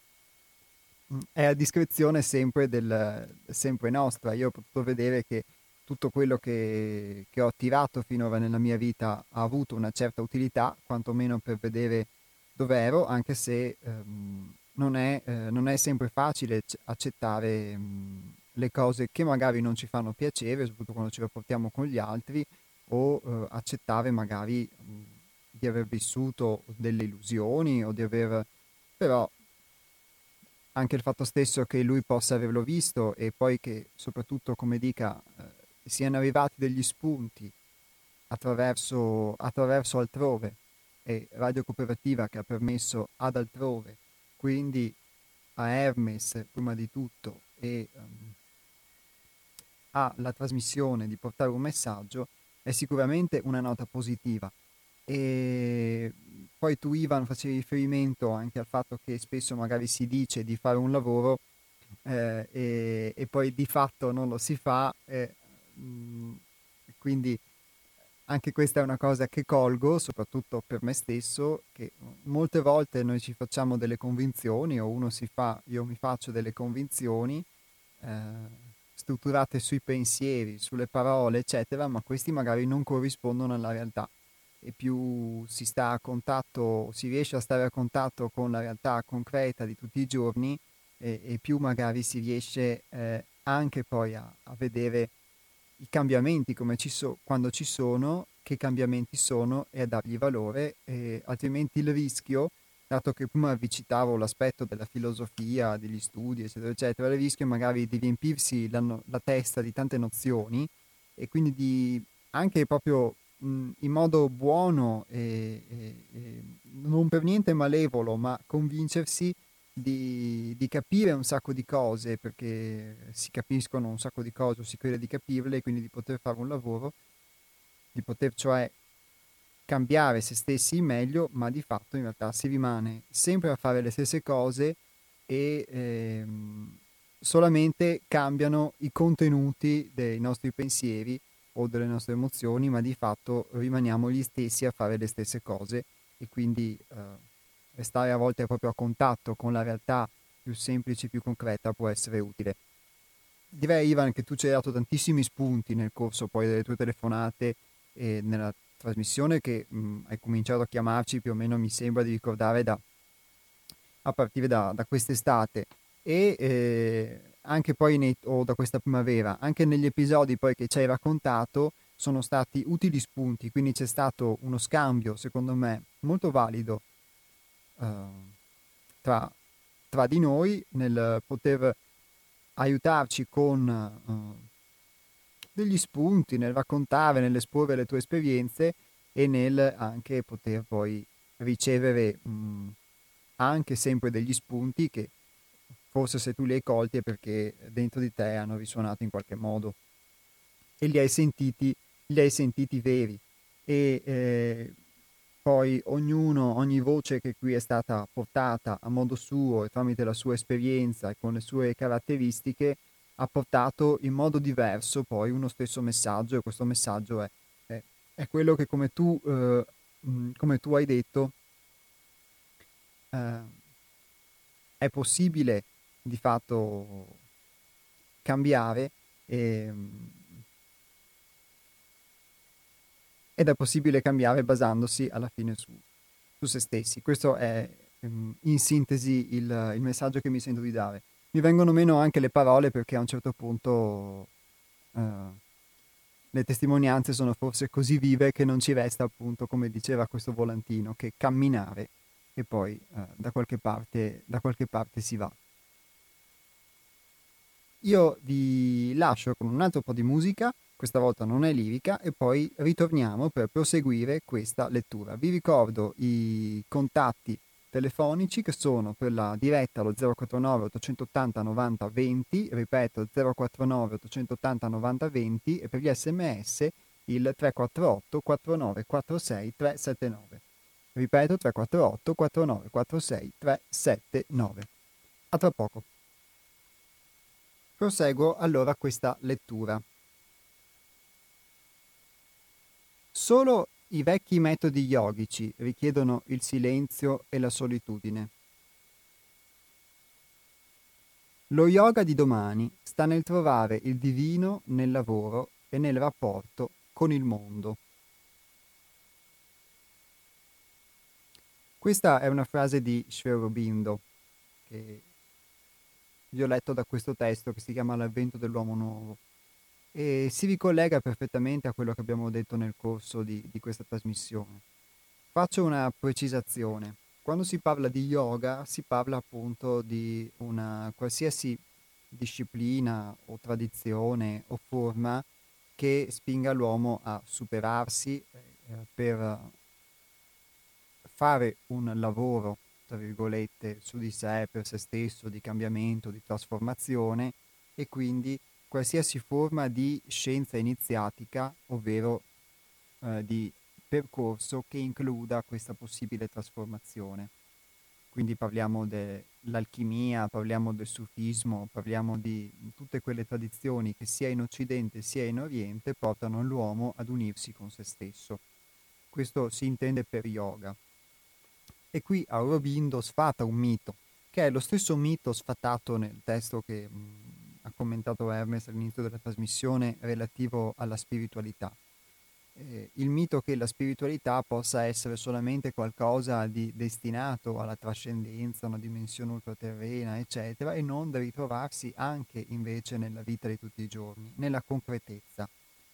mh, è a discrezione sempre, del, sempre nostra. Io ho potuto vedere che tutto quello che, che ho tirato finora nella mia vita ha avuto una certa utilità, quantomeno per vedere dove ero, anche se ehm, non è, eh, non è sempre facile c- accettare mh, le cose che magari non ci fanno piacere, soprattutto quando ci rapportiamo con gli altri, o eh, accettare magari mh, di aver vissuto delle illusioni o di aver... Però anche il fatto stesso che lui possa averlo visto e poi che soprattutto, come dica, eh, siano arrivati degli spunti attraverso, attraverso altrove e Radio Cooperativa che ha permesso ad altrove, quindi a Hermes prima di tutto e um, alla trasmissione di portare un messaggio è sicuramente una nota positiva. E poi tu, Ivan, facevi riferimento anche al fatto che spesso magari si dice di fare un lavoro eh, e, e poi di fatto non lo si fa, eh, mh, quindi anche questa è una cosa che colgo, soprattutto per me stesso, che molte volte noi ci facciamo delle convinzioni o uno si fa, io mi faccio delle convinzioni eh, strutturate sui pensieri, sulle parole, eccetera, ma questi magari non corrispondono alla realtà. E più si sta a contatto, si riesce a stare a contatto con la realtà concreta di tutti i giorni, e, e più magari si riesce eh, anche poi a, a vedere i cambiamenti come ci so, quando ci sono, che cambiamenti sono e a dargli valore, e altrimenti il rischio, dato che prima vi citavo l'aspetto della filosofia, degli studi, eccetera, eccetera, il rischio magari di riempirsi la, no- la testa di tante nozioni e quindi di anche proprio mh, in modo buono e, e- e non per niente malevolo, ma convincersi di, di capire un sacco di cose, perché si capiscono un sacco di cose o si crede di capirle, e quindi di poter fare un lavoro, di poter cioè cambiare se stessi in meglio, ma di fatto in realtà si rimane sempre a fare le stesse cose e ehm, solamente cambiano i contenuti dei nostri pensieri o delle nostre emozioni, ma di fatto rimaniamo gli stessi a fare le stesse cose e quindi eh, restare a volte proprio a contatto con la realtà più semplice, più concreta può essere utile. Direi, Ivan, che tu ci hai dato tantissimi spunti nel corso poi delle tue telefonate e nella trasmissione che mh, hai cominciato a chiamarci, più o meno mi sembra di ricordare da, a partire da, da quest'estate e eh, anche poi nei, o da questa primavera, anche negli episodi poi che ci hai raccontato sono stati utili spunti, quindi c'è stato uno scambio, secondo me, molto valido eh, tra, tra di noi nel poter aiutarci con eh, degli spunti, nel raccontare, nell'esporre le tue esperienze e nel anche poter poi ricevere mh, ha anche sempre degli spunti che forse se tu li hai colti è perché dentro di te hanno risuonato in qualche modo e li hai sentiti, li hai sentiti veri. E eh, poi ognuno, ogni voce che qui è stata portata a modo suo e tramite la sua esperienza e con le sue caratteristiche ha portato in modo diverso poi uno stesso messaggio, e questo messaggio è, è, è quello che come tu, eh, mh, come tu hai detto, eh, è possibile di fatto cambiare e, ed è possibile cambiare basandosi alla fine su, su se stessi. Questo è um, in sintesi il, il messaggio che mi sento di dare. Mi vengono meno anche le parole perché a un certo punto uh, le testimonianze sono forse così vive che non ci resta, appunto, come diceva questo volantino, che camminare e poi uh, da qualche parte, da qualche parte si va. Io vi lascio con un altro po' di musica, questa volta non è lirica, e poi ritorniamo per proseguire questa lettura. Vi ricordo i contatti telefonici che sono per la diretta allo zero quattro nove ottocentoottanta novanta venti, ripeto zero quattro nove ottocentoottanta novanta venti, e per gli sms il tre quattro otto quattro nove quattro sei tre sette nove. Ripeto tre quattro otto quattro nove quattro sei tre sette nove. A tra poco. Proseguo allora questa lettura. Solo i vecchi metodi yogici richiedono il silenzio e la solitudine. Lo yoga di domani sta nel trovare il divino nel lavoro e nel rapporto con il mondo. Questa è una frase di Sri Aurobindo che vi ho letto da questo testo che si chiama L'avvento dell'uomo nuovo e si ricollega perfettamente a quello che abbiamo detto nel corso di, di questa trasmissione. Faccio una precisazione. Quando si parla di yoga si parla appunto di una qualsiasi disciplina o tradizione o forma che spinga l'uomo a superarsi eh, per fare un lavoro, tra virgolette, su di sé, per se stesso, di cambiamento, di trasformazione, e quindi qualsiasi forma di scienza iniziatica, ovvero eh, di percorso che includa questa possibile trasformazione. Quindi parliamo dell'alchimia, parliamo del sufismo, parliamo di tutte quelle tradizioni che sia in Occidente sia in Oriente portano l'uomo ad unirsi con se stesso. Questo si intende per yoga. E qui Aurobindo sfata un mito, che è lo stesso mito sfatato nel testo che mh, ha commentato Hermes all'inizio della trasmissione relativo alla spiritualità. Eh, il mito che la spiritualità possa essere solamente qualcosa di destinato alla trascendenza, una dimensione ultraterrena, eccetera, e non da ritrovarsi anche invece nella vita di tutti i giorni, nella concretezza.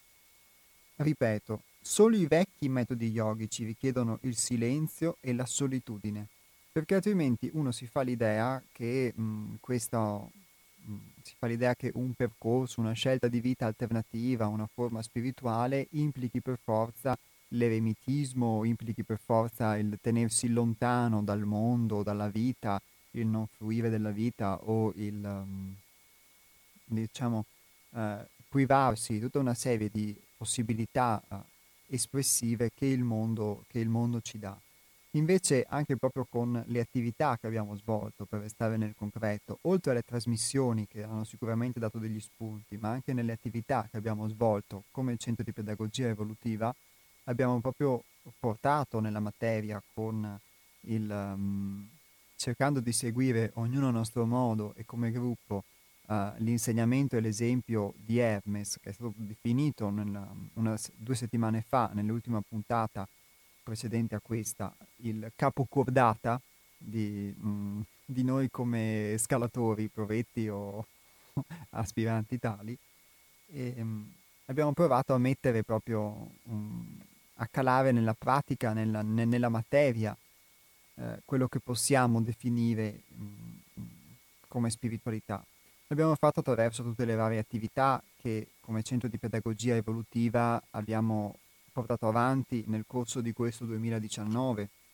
Ripeto, solo i vecchi metodi yogici richiedono il silenzio e la solitudine, perché altrimenti uno si fa l'idea che mh, questo, mh, si fa l'idea che un percorso, una scelta di vita alternativa, una forma spirituale implichi per forza l'eremitismo, implichi per forza il tenersi lontano dal mondo, dalla vita, il non fruire della vita o il um, diciamo eh, privarsi di tutta una serie di possibilità eh, espressive che il mondo, che il mondo ci dà. Invece anche proprio con le attività che abbiamo svolto, per restare nel concreto, oltre alle trasmissioni che hanno sicuramente dato degli spunti, ma anche nelle attività che abbiamo svolto come il Centro di Pedagogia Evolutiva, abbiamo proprio portato nella materia con il um, cercando di seguire ognuno a nostro modo e come gruppo Uh, l'insegnamento e l'esempio di Hermes, che è stato definito nella, una, due settimane fa, nell'ultima puntata precedente a questa, il capocordata di, mh, di noi come scalatori, provetti o aspiranti tali, e mh, abbiamo provato a mettere proprio, um, a calare nella pratica, nella, ne, nella materia, eh, quello che possiamo definire mh, come spiritualità. L'abbiamo fatto attraverso tutte le varie attività che come Centro di Pedagogia Evolutiva abbiamo portato avanti nel corso di questo duemiladiciannove,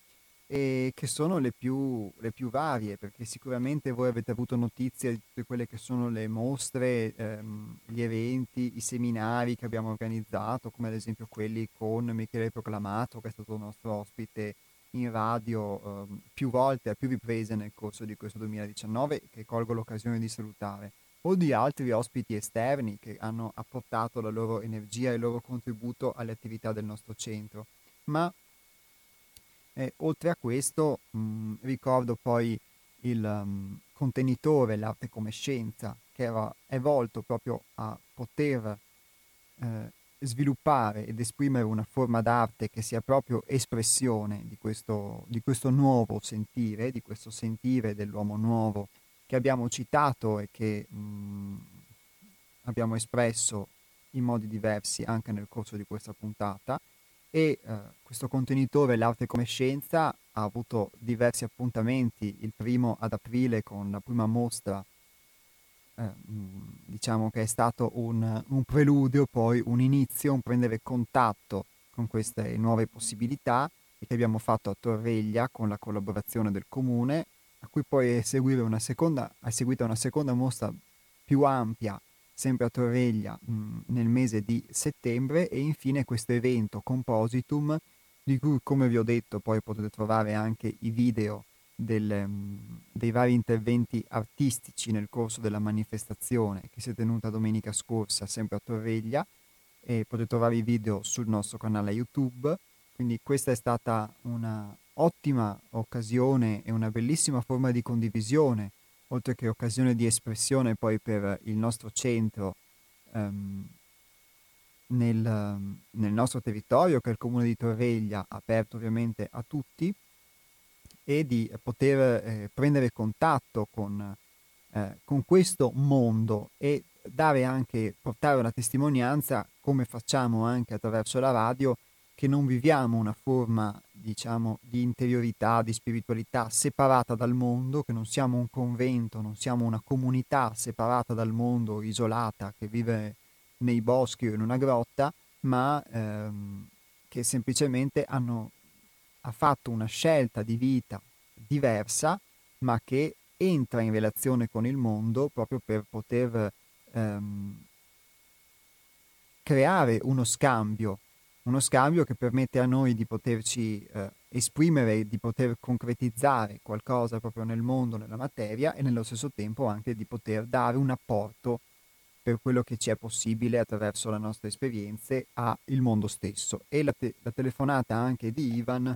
e che sono le più, le più varie, perché sicuramente voi avete avuto notizie di tutte quelle che sono le mostre, ehm, gli eventi, i seminari che abbiamo organizzato, come ad esempio quelli con Michele Proclamato, che è stato nostro ospite in radio ehm, più volte, a più riprese nel corso di questo duemiladiciannove, che colgo l'occasione di salutare, o di altri ospiti esterni che hanno apportato la loro energia e il loro contributo alle attività del nostro centro. Ma eh, oltre a questo, mh, ricordo poi il um, contenitore, l'arte come scienza, che era, è volto proprio a poter eh, sviluppare ed esprimere una forma d'arte che sia proprio espressione di questo, di questo nuovo sentire, di questo sentire dell'uomo nuovo che abbiamo citato e che mh, abbiamo espresso in modi diversi anche nel corso di questa puntata. E eh, questo contenitore, l'arte come scienza, ha avuto diversi appuntamenti, il primo ad aprile con la prima mostra, eh, mh, diciamo che è stato un, un preludio, poi un inizio, un prendere contatto con queste nuove possibilità, e che abbiamo fatto a Torreglia con la collaborazione del comune, a cui poi è, seguire una seconda, è seguita una seconda mostra più ampia, sempre a Torreglia, mh, nel mese di settembre, e infine questo evento Compositum, di cui, come vi ho detto, poi potete trovare anche i video del, mh, dei vari interventi artistici nel corso della manifestazione che si è tenuta domenica scorsa, sempre a Torreglia, e potete trovare i video sul nostro canale YouTube. Quindi questa è stata una ottima occasione e una bellissima forma di condivisione, oltre che occasione di espressione poi per il nostro centro ehm, nel, nel nostro territorio, che è il comune di Torreglia, aperto ovviamente a tutti, e di poter eh, prendere contatto con, eh, con questo mondo e dare anche, portare una testimonianza, come facciamo anche attraverso la radio, che non viviamo una forma, diciamo, di interiorità, di spiritualità separata dal mondo, che non siamo un convento, non siamo una comunità separata dal mondo, isolata, che vive nei boschi o in una grotta, ma ehm, che semplicemente hanno, ha fatto una scelta di vita diversa, ma che entra in relazione con il mondo proprio per poter ehm, creare uno scambio, uno scambio che permette a noi di poterci eh, esprimere, di poter concretizzare qualcosa proprio nel mondo, nella materia, e nello stesso tempo anche di poter dare un apporto per quello che ci è possibile attraverso le nostre esperienze al mondo stesso. E la, te- la telefonata anche di Ivan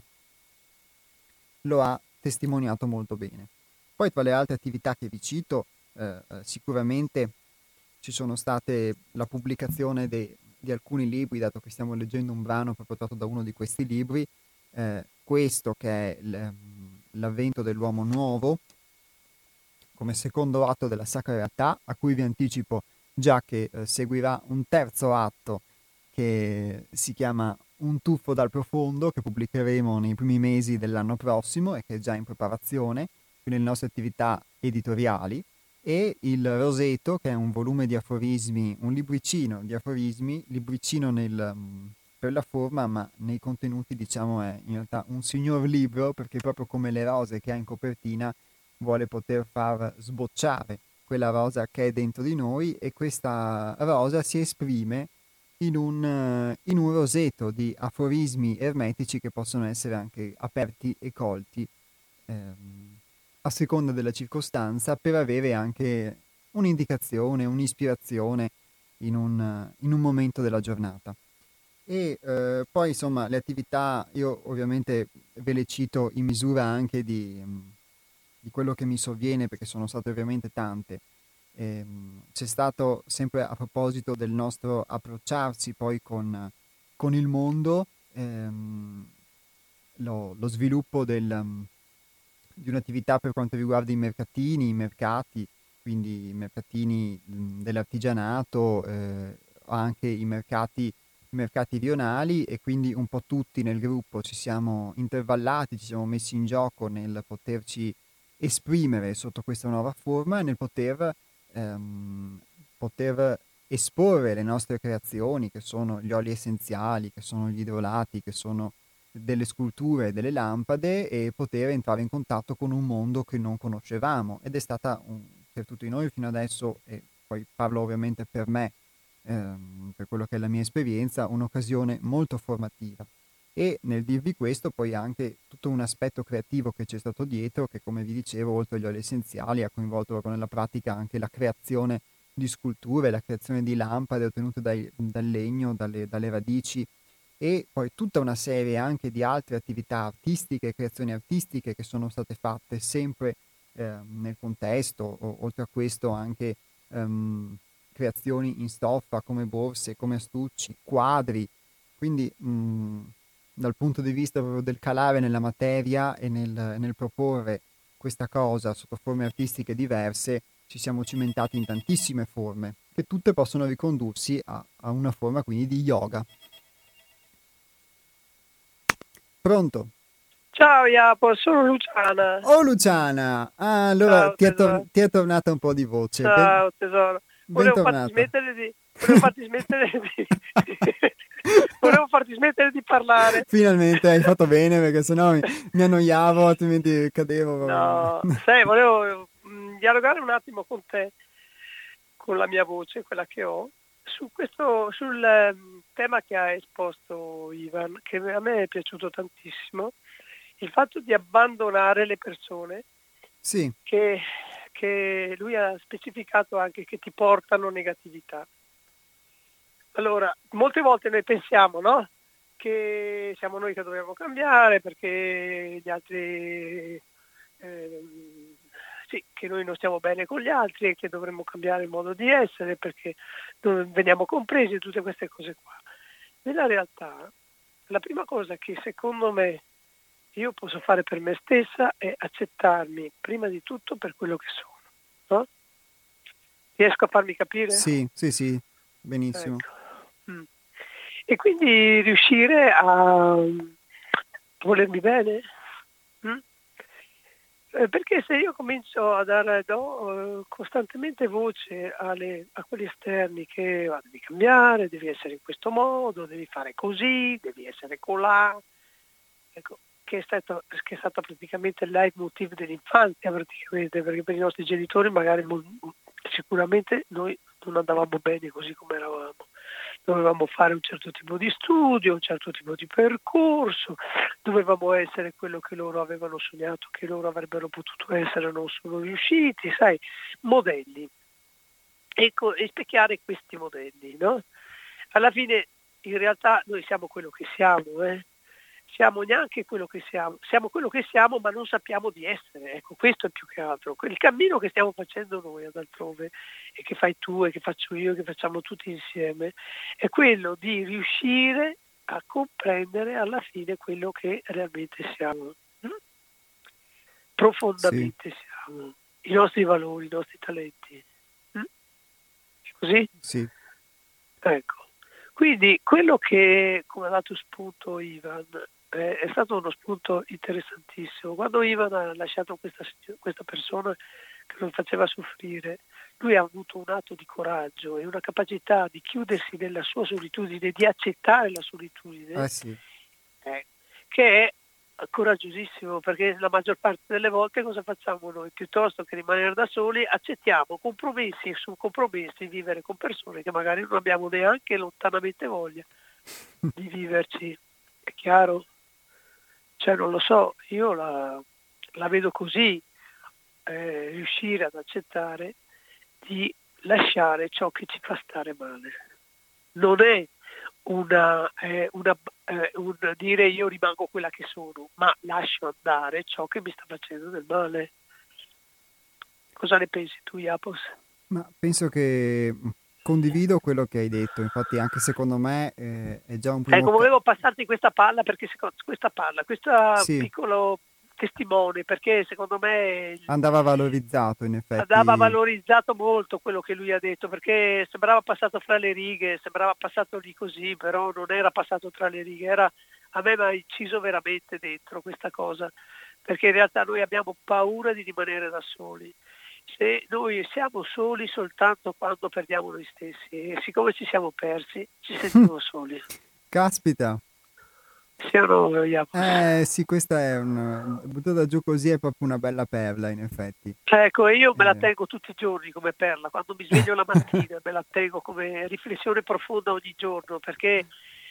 lo ha testimoniato molto bene. Poi tra le altre attività che vi cito, eh, eh, sicuramente ci sono state la pubblicazione de- di alcuni libri, dato che stiamo leggendo un brano proprio tratto da uno di questi libri, eh, questo che è l- l'avvento dell'uomo nuovo, come secondo atto della Sacra Realtà, a cui vi anticipo già che eh, seguirà un terzo atto che si chiama Un tuffo dal profondo, che pubblicheremo nei primi mesi dell'anno prossimo e che è già in preparazione, quindi le nostre attività editoriali, e il Roseto, che è un volume di aforismi, un libricino di aforismi, libricino nel, per la forma, ma nei contenuti diciamo è in realtà un signor libro, perché proprio come le rose che ha in copertina vuole poter far sbocciare quella rosa che è dentro di noi, e questa rosa si esprime in un, in un roseto di aforismi ermetici che possono essere anche aperti e colti ehm, a seconda della circostanza, per avere anche un'indicazione, un'ispirazione in un, in un momento della giornata. E eh, poi insomma le attività, io ovviamente ve le cito in misura anche di, di quello che mi sovviene, perché sono state ovviamente tante. Ehm, c'è stato, sempre a proposito del nostro approcciarsi poi con, con il mondo, ehm, lo, lo sviluppo del, di un'attività per quanto riguarda i mercatini, i mercati, quindi i mercatini mh, dell'artigianato, eh, anche i mercati, i mercati rionali, e quindi un po' tutti nel gruppo ci siamo intervallati, ci siamo messi in gioco nel poterci esprimere sotto questa nuova forma e nel poter ehm, poter esporre le nostre creazioni, che sono gli oli essenziali, che sono gli idrolati, che sono delle sculture, delle lampade e poter entrare in contatto con un mondo che non conoscevamo, ed è stata un, per tutti noi fino adesso, e poi parlo ovviamente per me, ehm, per quello che è la mia esperienza, un'occasione molto formativa. E nel dirvi questo poi anche tutto un aspetto creativo che c'è stato dietro, che come vi dicevo, oltre agli oli essenziali ha coinvolto proprio nella pratica anche la creazione di sculture, la creazione di lampade ottenute dai, dal legno, dalle, dalle radici, e poi tutta una serie anche di altre attività artistiche, creazioni artistiche che sono state fatte sempre eh, nel contesto, o, oltre a questo anche ehm, creazioni in stoffa come borse, come astucci, quadri, quindi mh, dal punto di vista proprio del calare nella materia e nel, nel proporre questa cosa sotto forme artistiche diverse, ci siamo cimentati in tantissime forme, che tutte possono ricondursi a, a una forma quindi di yoga. Pronto? Ciao Iapo, sono Luciana. Oh Luciana! Ah, allora Ciao, ti, è tor- tesoro. ti è tornata un po' di voce. Ciao tesoro. Volevo farti Bentornata. smettere di... Volevo farti smettere di... Volevo farti smettere di parlare. Finalmente hai fatto bene, perché sennò mi, mi annoiavo, altrimenti cadevo. No, sai, volevo mh, dialogare un attimo con te, con la mia voce, quella che ho, su questo, sul um, tema che ha esposto Ivan, che a me è piaciuto tantissimo, il fatto di abbandonare le persone. Sì. Che, che lui ha specificato anche che ti portano negatività. Allora, molte volte noi pensiamo, no? Che siamo noi che dobbiamo cambiare perché gli altri, eh, sì, che noi non stiamo bene con gli altri e che dovremmo cambiare il modo di essere perché non veniamo compresi, tutte queste cose qua. Nella realtà, la prima cosa che secondo me io posso fare per me stessa è accettarmi prima di tutto per quello che sono, no? Riesco a farmi capire? Sì, sì, sì, benissimo. Ecco. Mm. E quindi riuscire a volermi bene? Mm? Eh, perché se io comincio a dare do, eh, costantemente voce alle, a quelli esterni che ah, devi cambiare, devi essere in questo modo, devi fare così, devi essere colà, ecco, che è stato che è stata praticamente il leitmotiv dell'infanzia, praticamente, perché per i nostri genitori magari sicuramente noi non andavamo bene così come eravamo, dovevamo fare un certo tipo di studio, un certo tipo di percorso, dovevamo essere quello che loro avevano sognato, che loro avrebbero potuto essere, non sono riusciti, sai, modelli, ecco, e specchiare questi modelli, no? Alla fine in realtà noi siamo quello che siamo, eh? Siamo neanche quello che siamo, siamo quello che siamo ma non sappiamo di essere, ecco, questo è più che altro. Il cammino che stiamo facendo noi ad altrove e che fai tu e che faccio io, che facciamo tutti insieme, è quello di riuscire a comprendere alla fine quello che realmente siamo, hm? Profondamente sì. Siamo, i nostri valori, i nostri talenti, hm? Così? Sì. Ecco, quindi quello che, come ha dato spunto Ivan, eh, è stato uno spunto interessantissimo. Quando Ivan ha lasciato questa, questa persona che lo faceva soffrire, lui ha avuto un atto di coraggio e una capacità di chiudersi nella sua solitudine, di accettare la solitudine, Ah, sì. eh, che è coraggiosissimo, perché la maggior parte delle volte cosa facciamo noi? Piuttosto che rimanere da soli, accettiamo compromessi su compromessi, vivere con persone che magari non abbiamo neanche lontanamente voglia di viverci. È chiaro? Cioè, non lo so, io la, la vedo così, eh, riuscire ad accettare di lasciare ciò che ci fa stare male. Non è una, eh, una eh, un dire io rimango quella che sono, ma lascio andare ciò che mi sta facendo del male. Cosa ne pensi tu, Iapos? Ma penso che condivido quello che hai detto, infatti anche secondo me eh, è già un primo... Ecco, volevo passarti questa palla, perché secondo, questa palla, questo Sì. piccolo testimone, perché secondo me andava valorizzato in effetti. Andava valorizzato molto quello che lui ha detto, perché sembrava passato fra le righe, sembrava passato lì così, però non era passato tra le righe, era, a me mi ha inciso veramente dentro questa cosa, perché in realtà noi abbiamo paura di rimanere da soli. Se noi siamo soli soltanto quando perdiamo noi stessi, e siccome ci siamo persi ci sentiamo soli. Caspita. siano Jacopo. Eh sì, questa è un... buttata giù così è proprio una bella perla, in effetti. Ecco, e io me la Eh. tengo tutti i giorni come perla, quando mi sveglio la mattina me la tengo come riflessione profonda ogni giorno, perché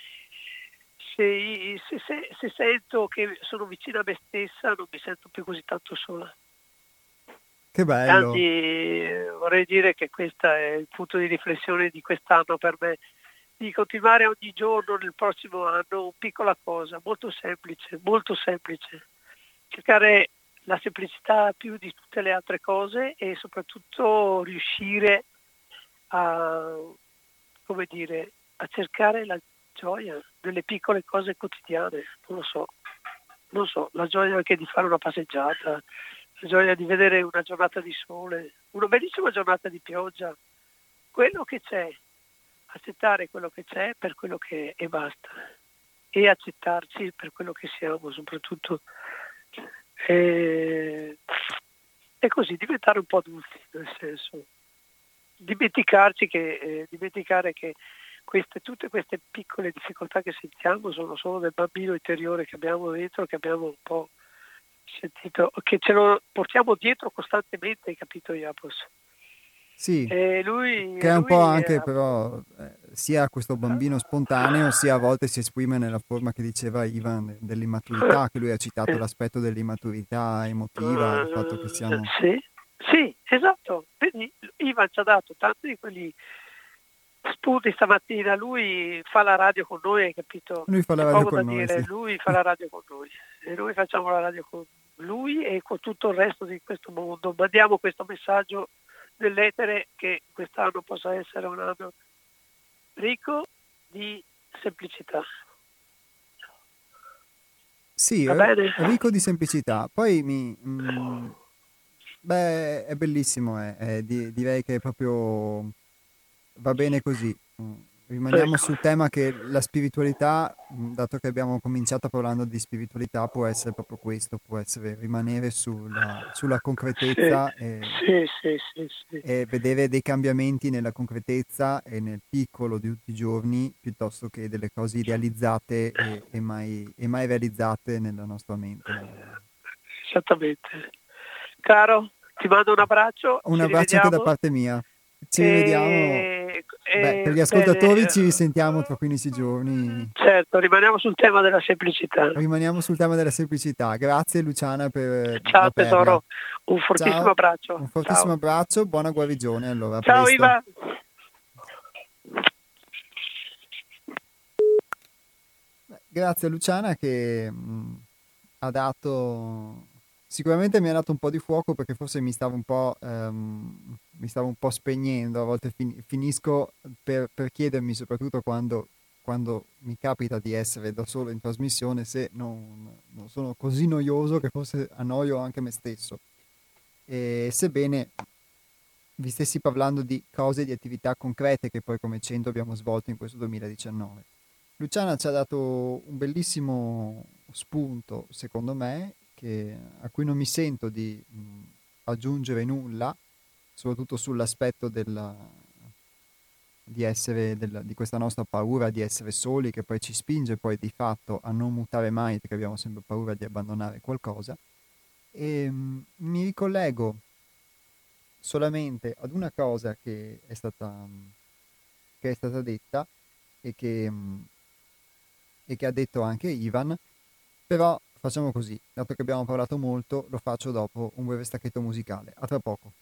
se, se, se, se sento che sono vicina a me stessa non mi sento più così tanto sola. Che bello. Anzi, eh, vorrei dire che questo è il punto di riflessione di quest'anno per me, di continuare ogni giorno nel prossimo anno una piccola cosa, molto semplice, molto semplice. Cercare la semplicità più di tutte le altre cose e soprattutto riuscire a, come dire, a cercare la gioia delle piccole cose quotidiane, non lo so, non so, la gioia anche di fare una passeggiata, la gioia di vedere una giornata di sole, una bellissima giornata di pioggia, quello che c'è, accettare quello che c'è per quello che è e basta, e accettarci per quello che siamo soprattutto. E, e così diventare un po' adulti, nel senso dimenticarci che eh, dimenticare che queste, tutte queste piccole difficoltà che sentiamo sono solo del bambino interiore che abbiamo dentro, che abbiamo un po' sentito, che ce lo portiamo dietro costantemente, hai capito Iapos? Sì, E lui, che è un lui po' anche eh, però eh, sia questo bambino spontaneo, sia a volte si esprime nella forma che diceva Ivan de- dell'immaturità, che lui ha citato l'aspetto dell'immaturità emotiva, il fatto che siamo... Sì, sì, esatto. Vedi, Ivan ci ha dato tanti di quelli spunti stamattina. Lui fa la radio con noi, hai capito? Lui fa la È radio poco da con noi, dire, sì. lui fa la radio con noi. E noi facciamo la radio con lui e con tutto il resto di questo mondo. Mandiamo questo messaggio nell'etere che quest'anno possa essere un anno ricco di semplicità. Sì, Va è bene? ricco di semplicità. Poi mi... mm, beh, è bellissimo, eh, eh, di- direi che proprio va bene così. Mm, Rimaniamo Ecco. sul tema che la spiritualità, mm, dato che abbiamo cominciato parlando di spiritualità, può essere proprio questo, può essere rimanere sulla, sulla Sì, concretezza e, sì, sì, sì, sì. e vedere dei cambiamenti nella concretezza e nel piccolo di tutti i giorni, piuttosto che delle cose idealizzate e, e mai, e mai realizzate nella nostra mente. Esattamente. Caro, ti mando un abbraccio, Un ci abbraccio anche da rivediamo. parte mia. Ci rivediamo. E, Beh, per e, gli ascoltatori ci bene, risentiamo tra quindici giorni. certo, rimaniamo sul tema della semplicità. Rimaniamo sul tema della semplicità. Grazie Luciana per Ciao la perla. tesoro, un fortissimo Ciao, abbraccio. un fortissimo Ciao, abbraccio, buona guarigione allora, a ciao presto. Iva. Beh, grazie a Luciana che mh, ha dato, sicuramente mi ha dato un po' di fuoco perché forse mi stavo un po', ehm, mi stavo un po' spegnendo, a volte fin- finisco per, per chiedermi soprattutto quando, quando mi capita di essere da solo in trasmissione se non, non sono così noioso che forse annoio anche me stesso. E sebbene vi stessi parlando di cose, di attività concrete che poi come centro abbiamo svolto in questo duemiladiciannove. Luciana ci ha dato un bellissimo spunto, secondo me, che- a cui non mi sento di mh, aggiungere nulla, soprattutto sull'aspetto della, di essere, della- di questa nostra paura di essere soli, che poi ci spinge poi di fatto a non mutare mai perché abbiamo sempre paura di abbandonare qualcosa. E mh, mi ricollego solamente ad una cosa che è stata, che è stata detta e che, mh, e che ha detto anche Ivan, però facciamo così, dato che abbiamo parlato molto, lo faccio dopo un breve stacchetto musicale. A tra poco.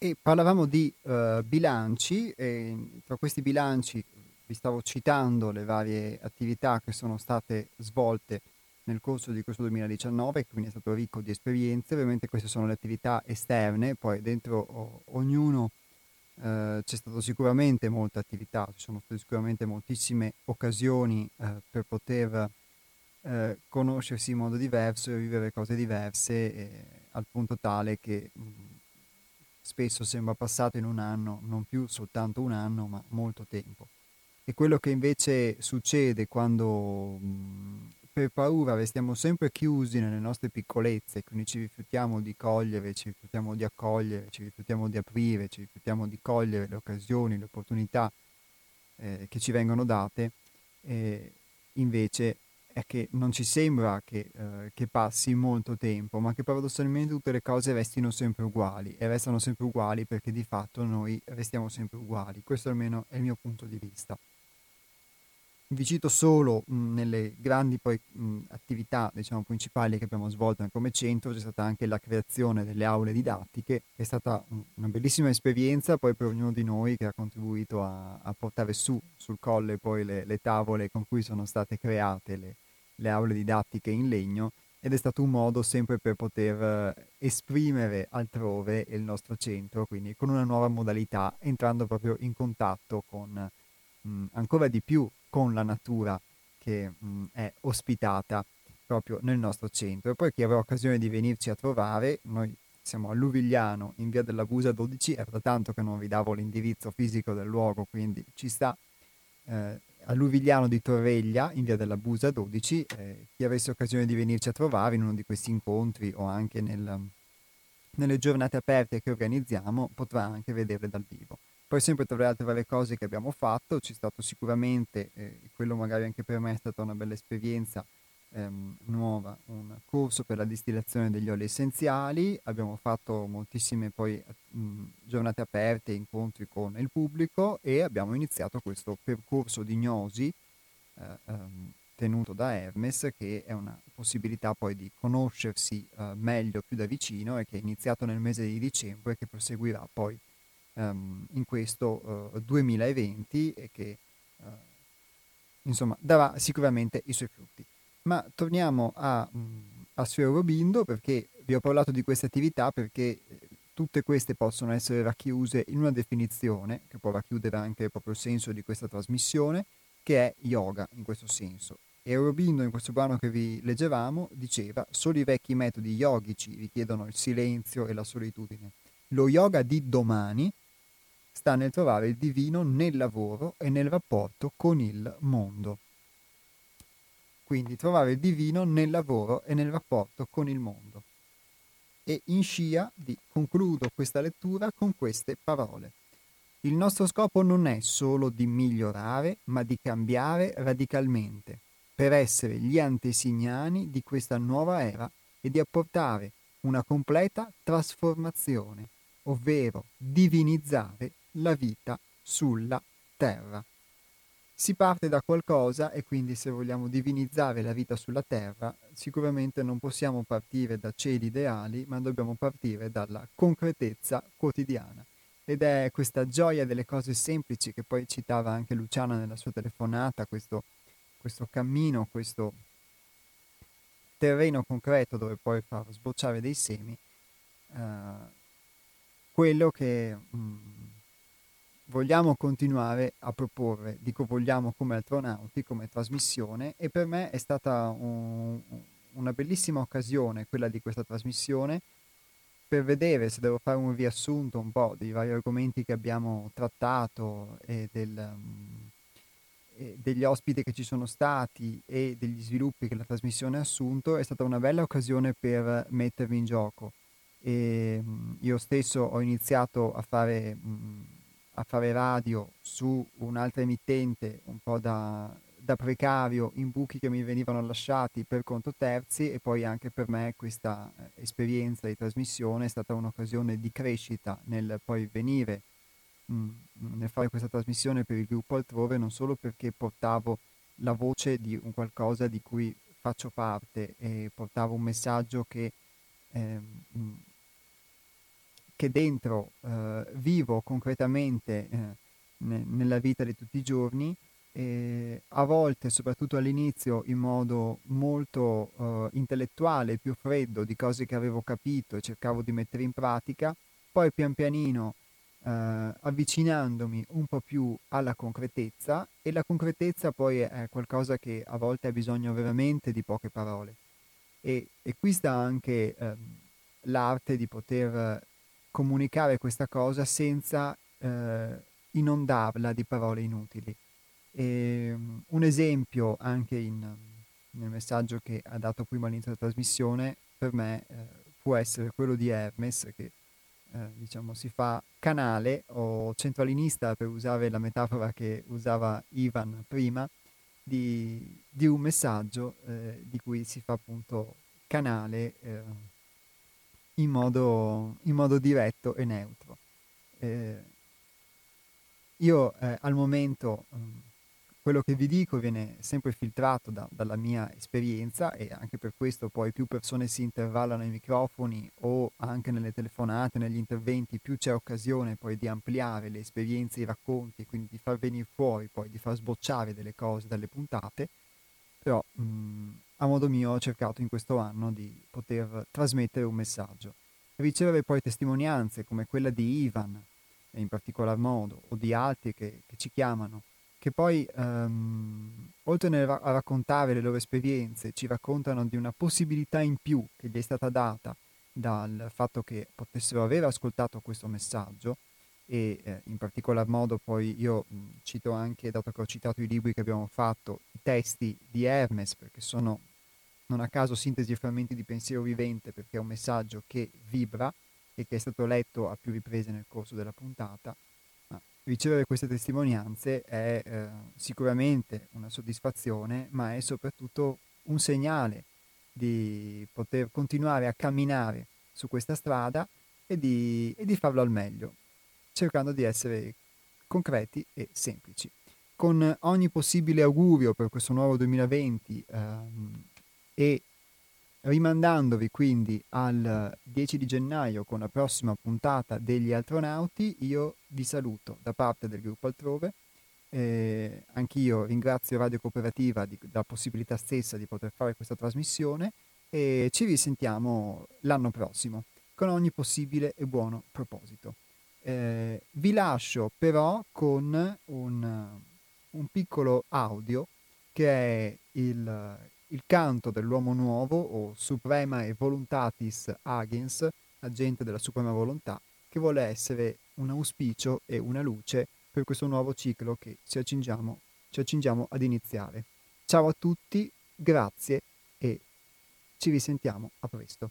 E parlavamo di eh, bilanci, e tra questi bilanci vi stavo citando le varie attività che sono state svolte nel corso di questo duemiladiciannove, quindi è stato ricco di esperienze. Ovviamente queste sono le attività esterne, poi dentro o- ognuno eh, c'è stato sicuramente molta attività, ci sono state sicuramente moltissime occasioni eh, per poter eh, conoscersi in modo diverso e vivere cose diverse, eh, al punto tale che mh, spesso sembra passato in un anno, non più soltanto un anno, ma molto tempo. E quello che invece succede quando mh, per paura restiamo sempre chiusi nelle nostre piccolezze, quindi ci rifiutiamo di cogliere, ci rifiutiamo di accogliere, ci rifiutiamo di aprire, ci rifiutiamo di cogliere le occasioni, le opportunità eh, che ci vengono date, eh, invece è che non ci sembra che, eh, che passi molto tempo, ma che paradossalmente tutte le cose restino sempre uguali, e restano sempre uguali perché di fatto noi restiamo sempre uguali. Questo almeno è il mio punto di vista. Vi cito solo mh, nelle grandi poi, mh, attività, diciamo, principali che abbiamo svolto come centro. C'è stata anche la creazione delle aule didattiche, che è stata un- una bellissima esperienza poi per ognuno di noi, che ha contribuito a, a portare su sul colle poi le, le tavole con cui sono state create le, le aule didattiche in legno, ed è stato un modo sempre per poter eh, esprimere altrove il nostro centro, quindi con una nuova modalità, entrando proprio in contatto con mh, ancora di più con la natura che mh, è ospitata proprio nel nostro centro. E poi chi avrà occasione di venirci a trovare, noi siamo a Luvigliano in via della Busa dodici, era da tanto che non vi davo l'indirizzo fisico del luogo, quindi ci sta, eh, a Luvigliano di Torreglia in via della Busa dodici. Eh, chi avesse occasione di venirci a trovare in uno di questi incontri o anche nel, nelle giornate aperte che organizziamo potrà anche vederle dal vivo. Poi sempre tra le altre varie cose che abbiamo fatto c'è stato sicuramente, eh, quello magari anche per me è stata una bella esperienza ehm, nuova, un corso per la distillazione degli oli essenziali. Abbiamo fatto moltissime poi mh, giornate aperte, incontri con il pubblico, e abbiamo iniziato questo percorso di gnosi eh, ehm, tenuto da Hermes, che è una possibilità poi di conoscersi eh, meglio, più da vicino, e che è iniziato nel mese di dicembre e che proseguirà poi ehm, in questo eh, duemilaventi, e che eh, insomma darà sicuramente i suoi frutti. Ma torniamo a, mh, a Sfera Robindo, perché vi ho parlato di queste attività perché eh, tutte queste possono essere racchiuse in una definizione che può racchiudere anche proprio il senso di questa trasmissione, che è yoga in questo senso. E Aurobindo, in questo brano che vi leggevamo, diceva: solo i vecchi metodi yogici richiedono il silenzio e la solitudine. Lo yoga di domani sta nel trovare il divino nel lavoro e nel rapporto con il mondo. Quindi trovare il divino nel lavoro e nel rapporto con il mondo. E in scia di concludo questa lettura con queste parole: il nostro scopo non è solo di migliorare, ma di cambiare radicalmente, per essere gli antesignani di questa nuova era e di apportare una completa trasformazione, ovvero divinizzare la vita sulla terra. Si parte da qualcosa, e quindi se vogliamo divinizzare la vita sulla terra, sicuramente non possiamo partire da cieli ideali, ma dobbiamo partire dalla concretezza quotidiana. Ed è questa gioia delle cose semplici, che poi citava anche Luciana nella sua telefonata, questo, questo cammino, questo terreno concreto dove poi far sbocciare dei semi, eh, quello che mh, vogliamo continuare a proporre. Dico vogliamo come astronauti, come trasmissione, e per me è stata un, una bellissima occasione quella di questa trasmissione, per vedere, se devo fare un riassunto un po' dei vari argomenti che abbiamo trattato e, del, um, e degli ospiti che ci sono stati e degli sviluppi che la trasmissione ha assunto. È stata una bella occasione per mettermi in gioco. E, um, io stesso ho iniziato a fare, um, a fare radio su un'altra emittente un po' da, da precario, in buchi che mi venivano lasciati per conto terzi, e poi anche per me questa eh, esperienza di trasmissione è stata un'occasione di crescita nel poi venire, mh, nel fare questa trasmissione per il gruppo altrove, non solo perché portavo la voce di un qualcosa di cui faccio parte e portavo un messaggio che, eh, mh, che dentro eh, vivo concretamente eh, ne- nella vita di tutti i giorni, e a volte, soprattutto all'inizio, in modo molto eh, intellettuale, più freddo di cose che avevo capito e cercavo di mettere in pratica, poi pian pianino eh, avvicinandomi un po' più alla concretezza, e la concretezza poi è qualcosa che a volte ha bisogno veramente di poche parole. E, e qui sta anche ehm, l'arte di poter comunicare questa cosa senza eh, inondarla di parole inutili. E, um, un esempio anche in, nel messaggio che ha dato prima all'inizio della trasmissione, per me eh, può essere quello di Hermes, che eh, diciamo si fa canale o centralinista, per usare la metafora che usava Ivan prima, di, di un messaggio eh, di cui si fa appunto canale eh, in modo, in modo diretto e neutro. Eh, io eh, al momento mh, quello che vi dico viene sempre filtrato da- dalla mia esperienza, e anche per questo poi più persone si intervallano ai microfoni o anche nelle telefonate, negli interventi, più c'è occasione poi di ampliare le esperienze, i racconti, e quindi di far venire fuori, poi di far sbocciare delle cose dalle puntate. Però mh, a modo mio ho cercato in questo anno di poter trasmettere un messaggio. Ricevere poi testimonianze come quella di Ivan, in particolar modo, o di altri che, che ci chiamano, che poi ehm, oltre nel ra- a raccontare le loro esperienze, ci raccontano di una possibilità in più che gli è stata data dal fatto che potessero aver ascoltato questo messaggio. E eh, in particolar modo poi io mh, cito anche, dato che ho citato i libri che abbiamo fatto, i testi di Hermes, perché sono non a caso sintesi e frammenti di pensiero vivente, perché è un messaggio che vibra e che è stato letto a più riprese nel corso della puntata. Ma ricevere queste testimonianze è eh, sicuramente una soddisfazione, ma è soprattutto un segnale di poter continuare a camminare su questa strada e di, e di farlo al meglio, cercando di essere concreti e semplici. Con ogni possibile augurio per questo nuovo duemilaventi ehm, e rimandandovi quindi al dieci di gennaio con la prossima puntata degli Altronauti, io vi saluto da parte del gruppo Altrove. Eh, anch'io ringrazio Radio Cooperativa di, della possibilità stessa di poter fare questa trasmissione, e ci risentiamo l'anno prossimo con ogni possibile e buono proposito. Eh, vi lascio però con un, un piccolo audio che è il, il canto dell'uomo nuovo, o Suprema e Voluntatis Agens, agente della Suprema Volontà, che vuole essere un auspicio e una luce per questo nuovo ciclo che ci accingiamo, ci accingiamo ad iniziare. Ciao a tutti, grazie e ci risentiamo a presto.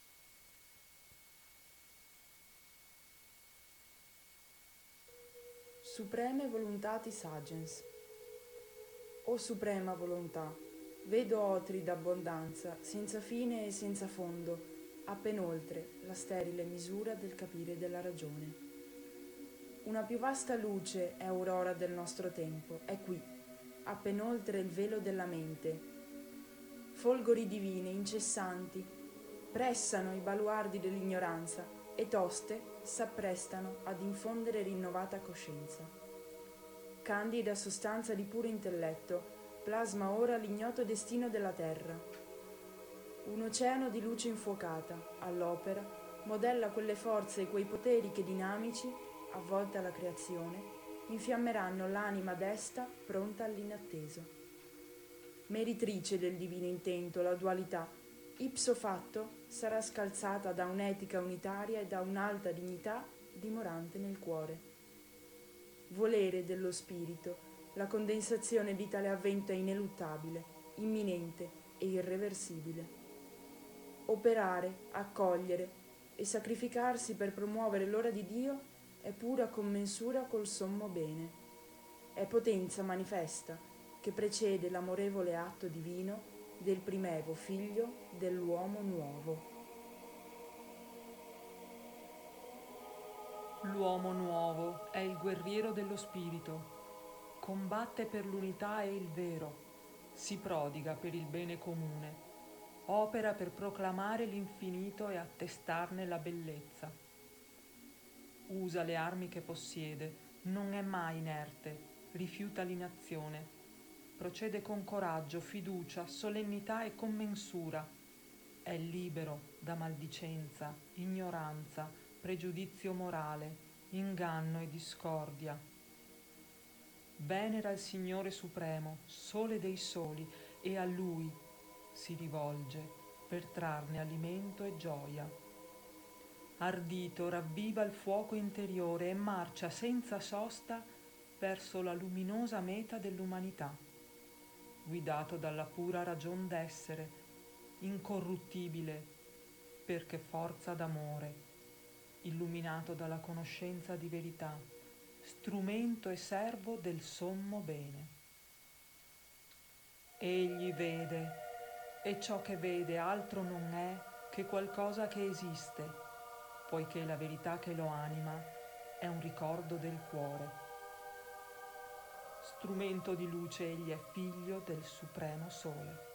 Supreme voluntatis agens. O suprema volontà, vedo otri d'abbondanza, senza fine e senza fondo, appena oltre la sterile misura del capire della ragione. Una più vasta luce è aurora del nostro tempo, è qui, appena oltre il velo della mente. Folgori divine, incessanti, pressano i baluardi dell'ignoranza e toste s'apprestano ad infondere rinnovata coscienza. Candida sostanza di puro intelletto plasma ora l'ignoto destino della terra. Un oceano di luce infuocata, all'opera, modella quelle forze e quei poteri che dinamici, avvolte alla creazione, infiammeranno l'anima desta pronta all'inatteso. Meritrice del divino intento, la dualità, ipso fatto, sarà scalzata da un'etica unitaria e da un'alta dignità dimorante nel cuore. Volere dello spirito, la condensazione di tale avvento è ineluttabile, imminente e irreversibile. Operare, accogliere e sacrificarsi per promuovere l'ora di Dio è pura commensura col sommo bene. È potenza manifesta che precede l'amorevole atto divino del primevo figlio dell'uomo nuovo. L'uomo nuovo è il guerriero dello spirito. Combatte per l'unità e il vero, si prodiga per il bene comune, opera per proclamare l'infinito e attestarne la bellezza. usa le armi che possiede, non è mai inerte, rifiuta l'inazione. Procede con coraggio, fiducia, solennità e commensura. È libero da maldicenza, ignoranza, pregiudizio morale, inganno e discordia. Venera il Signore Supremo, Sole dei Soli, e a Lui si rivolge per trarne alimento e gioia. Ardito ravviva il fuoco interiore e marcia senza sosta verso la luminosa meta dell'umanità, guidato dalla pura ragion d'essere, incorruttibile, perché forza d'amore, illuminato dalla conoscenza di verità, strumento e servo del sommo bene. Egli vede, e ciò che vede altro non è che qualcosa che esiste, poiché la verità che lo anima è un ricordo del cuore. Strumento di luce egli è figlio del Supremo Sole.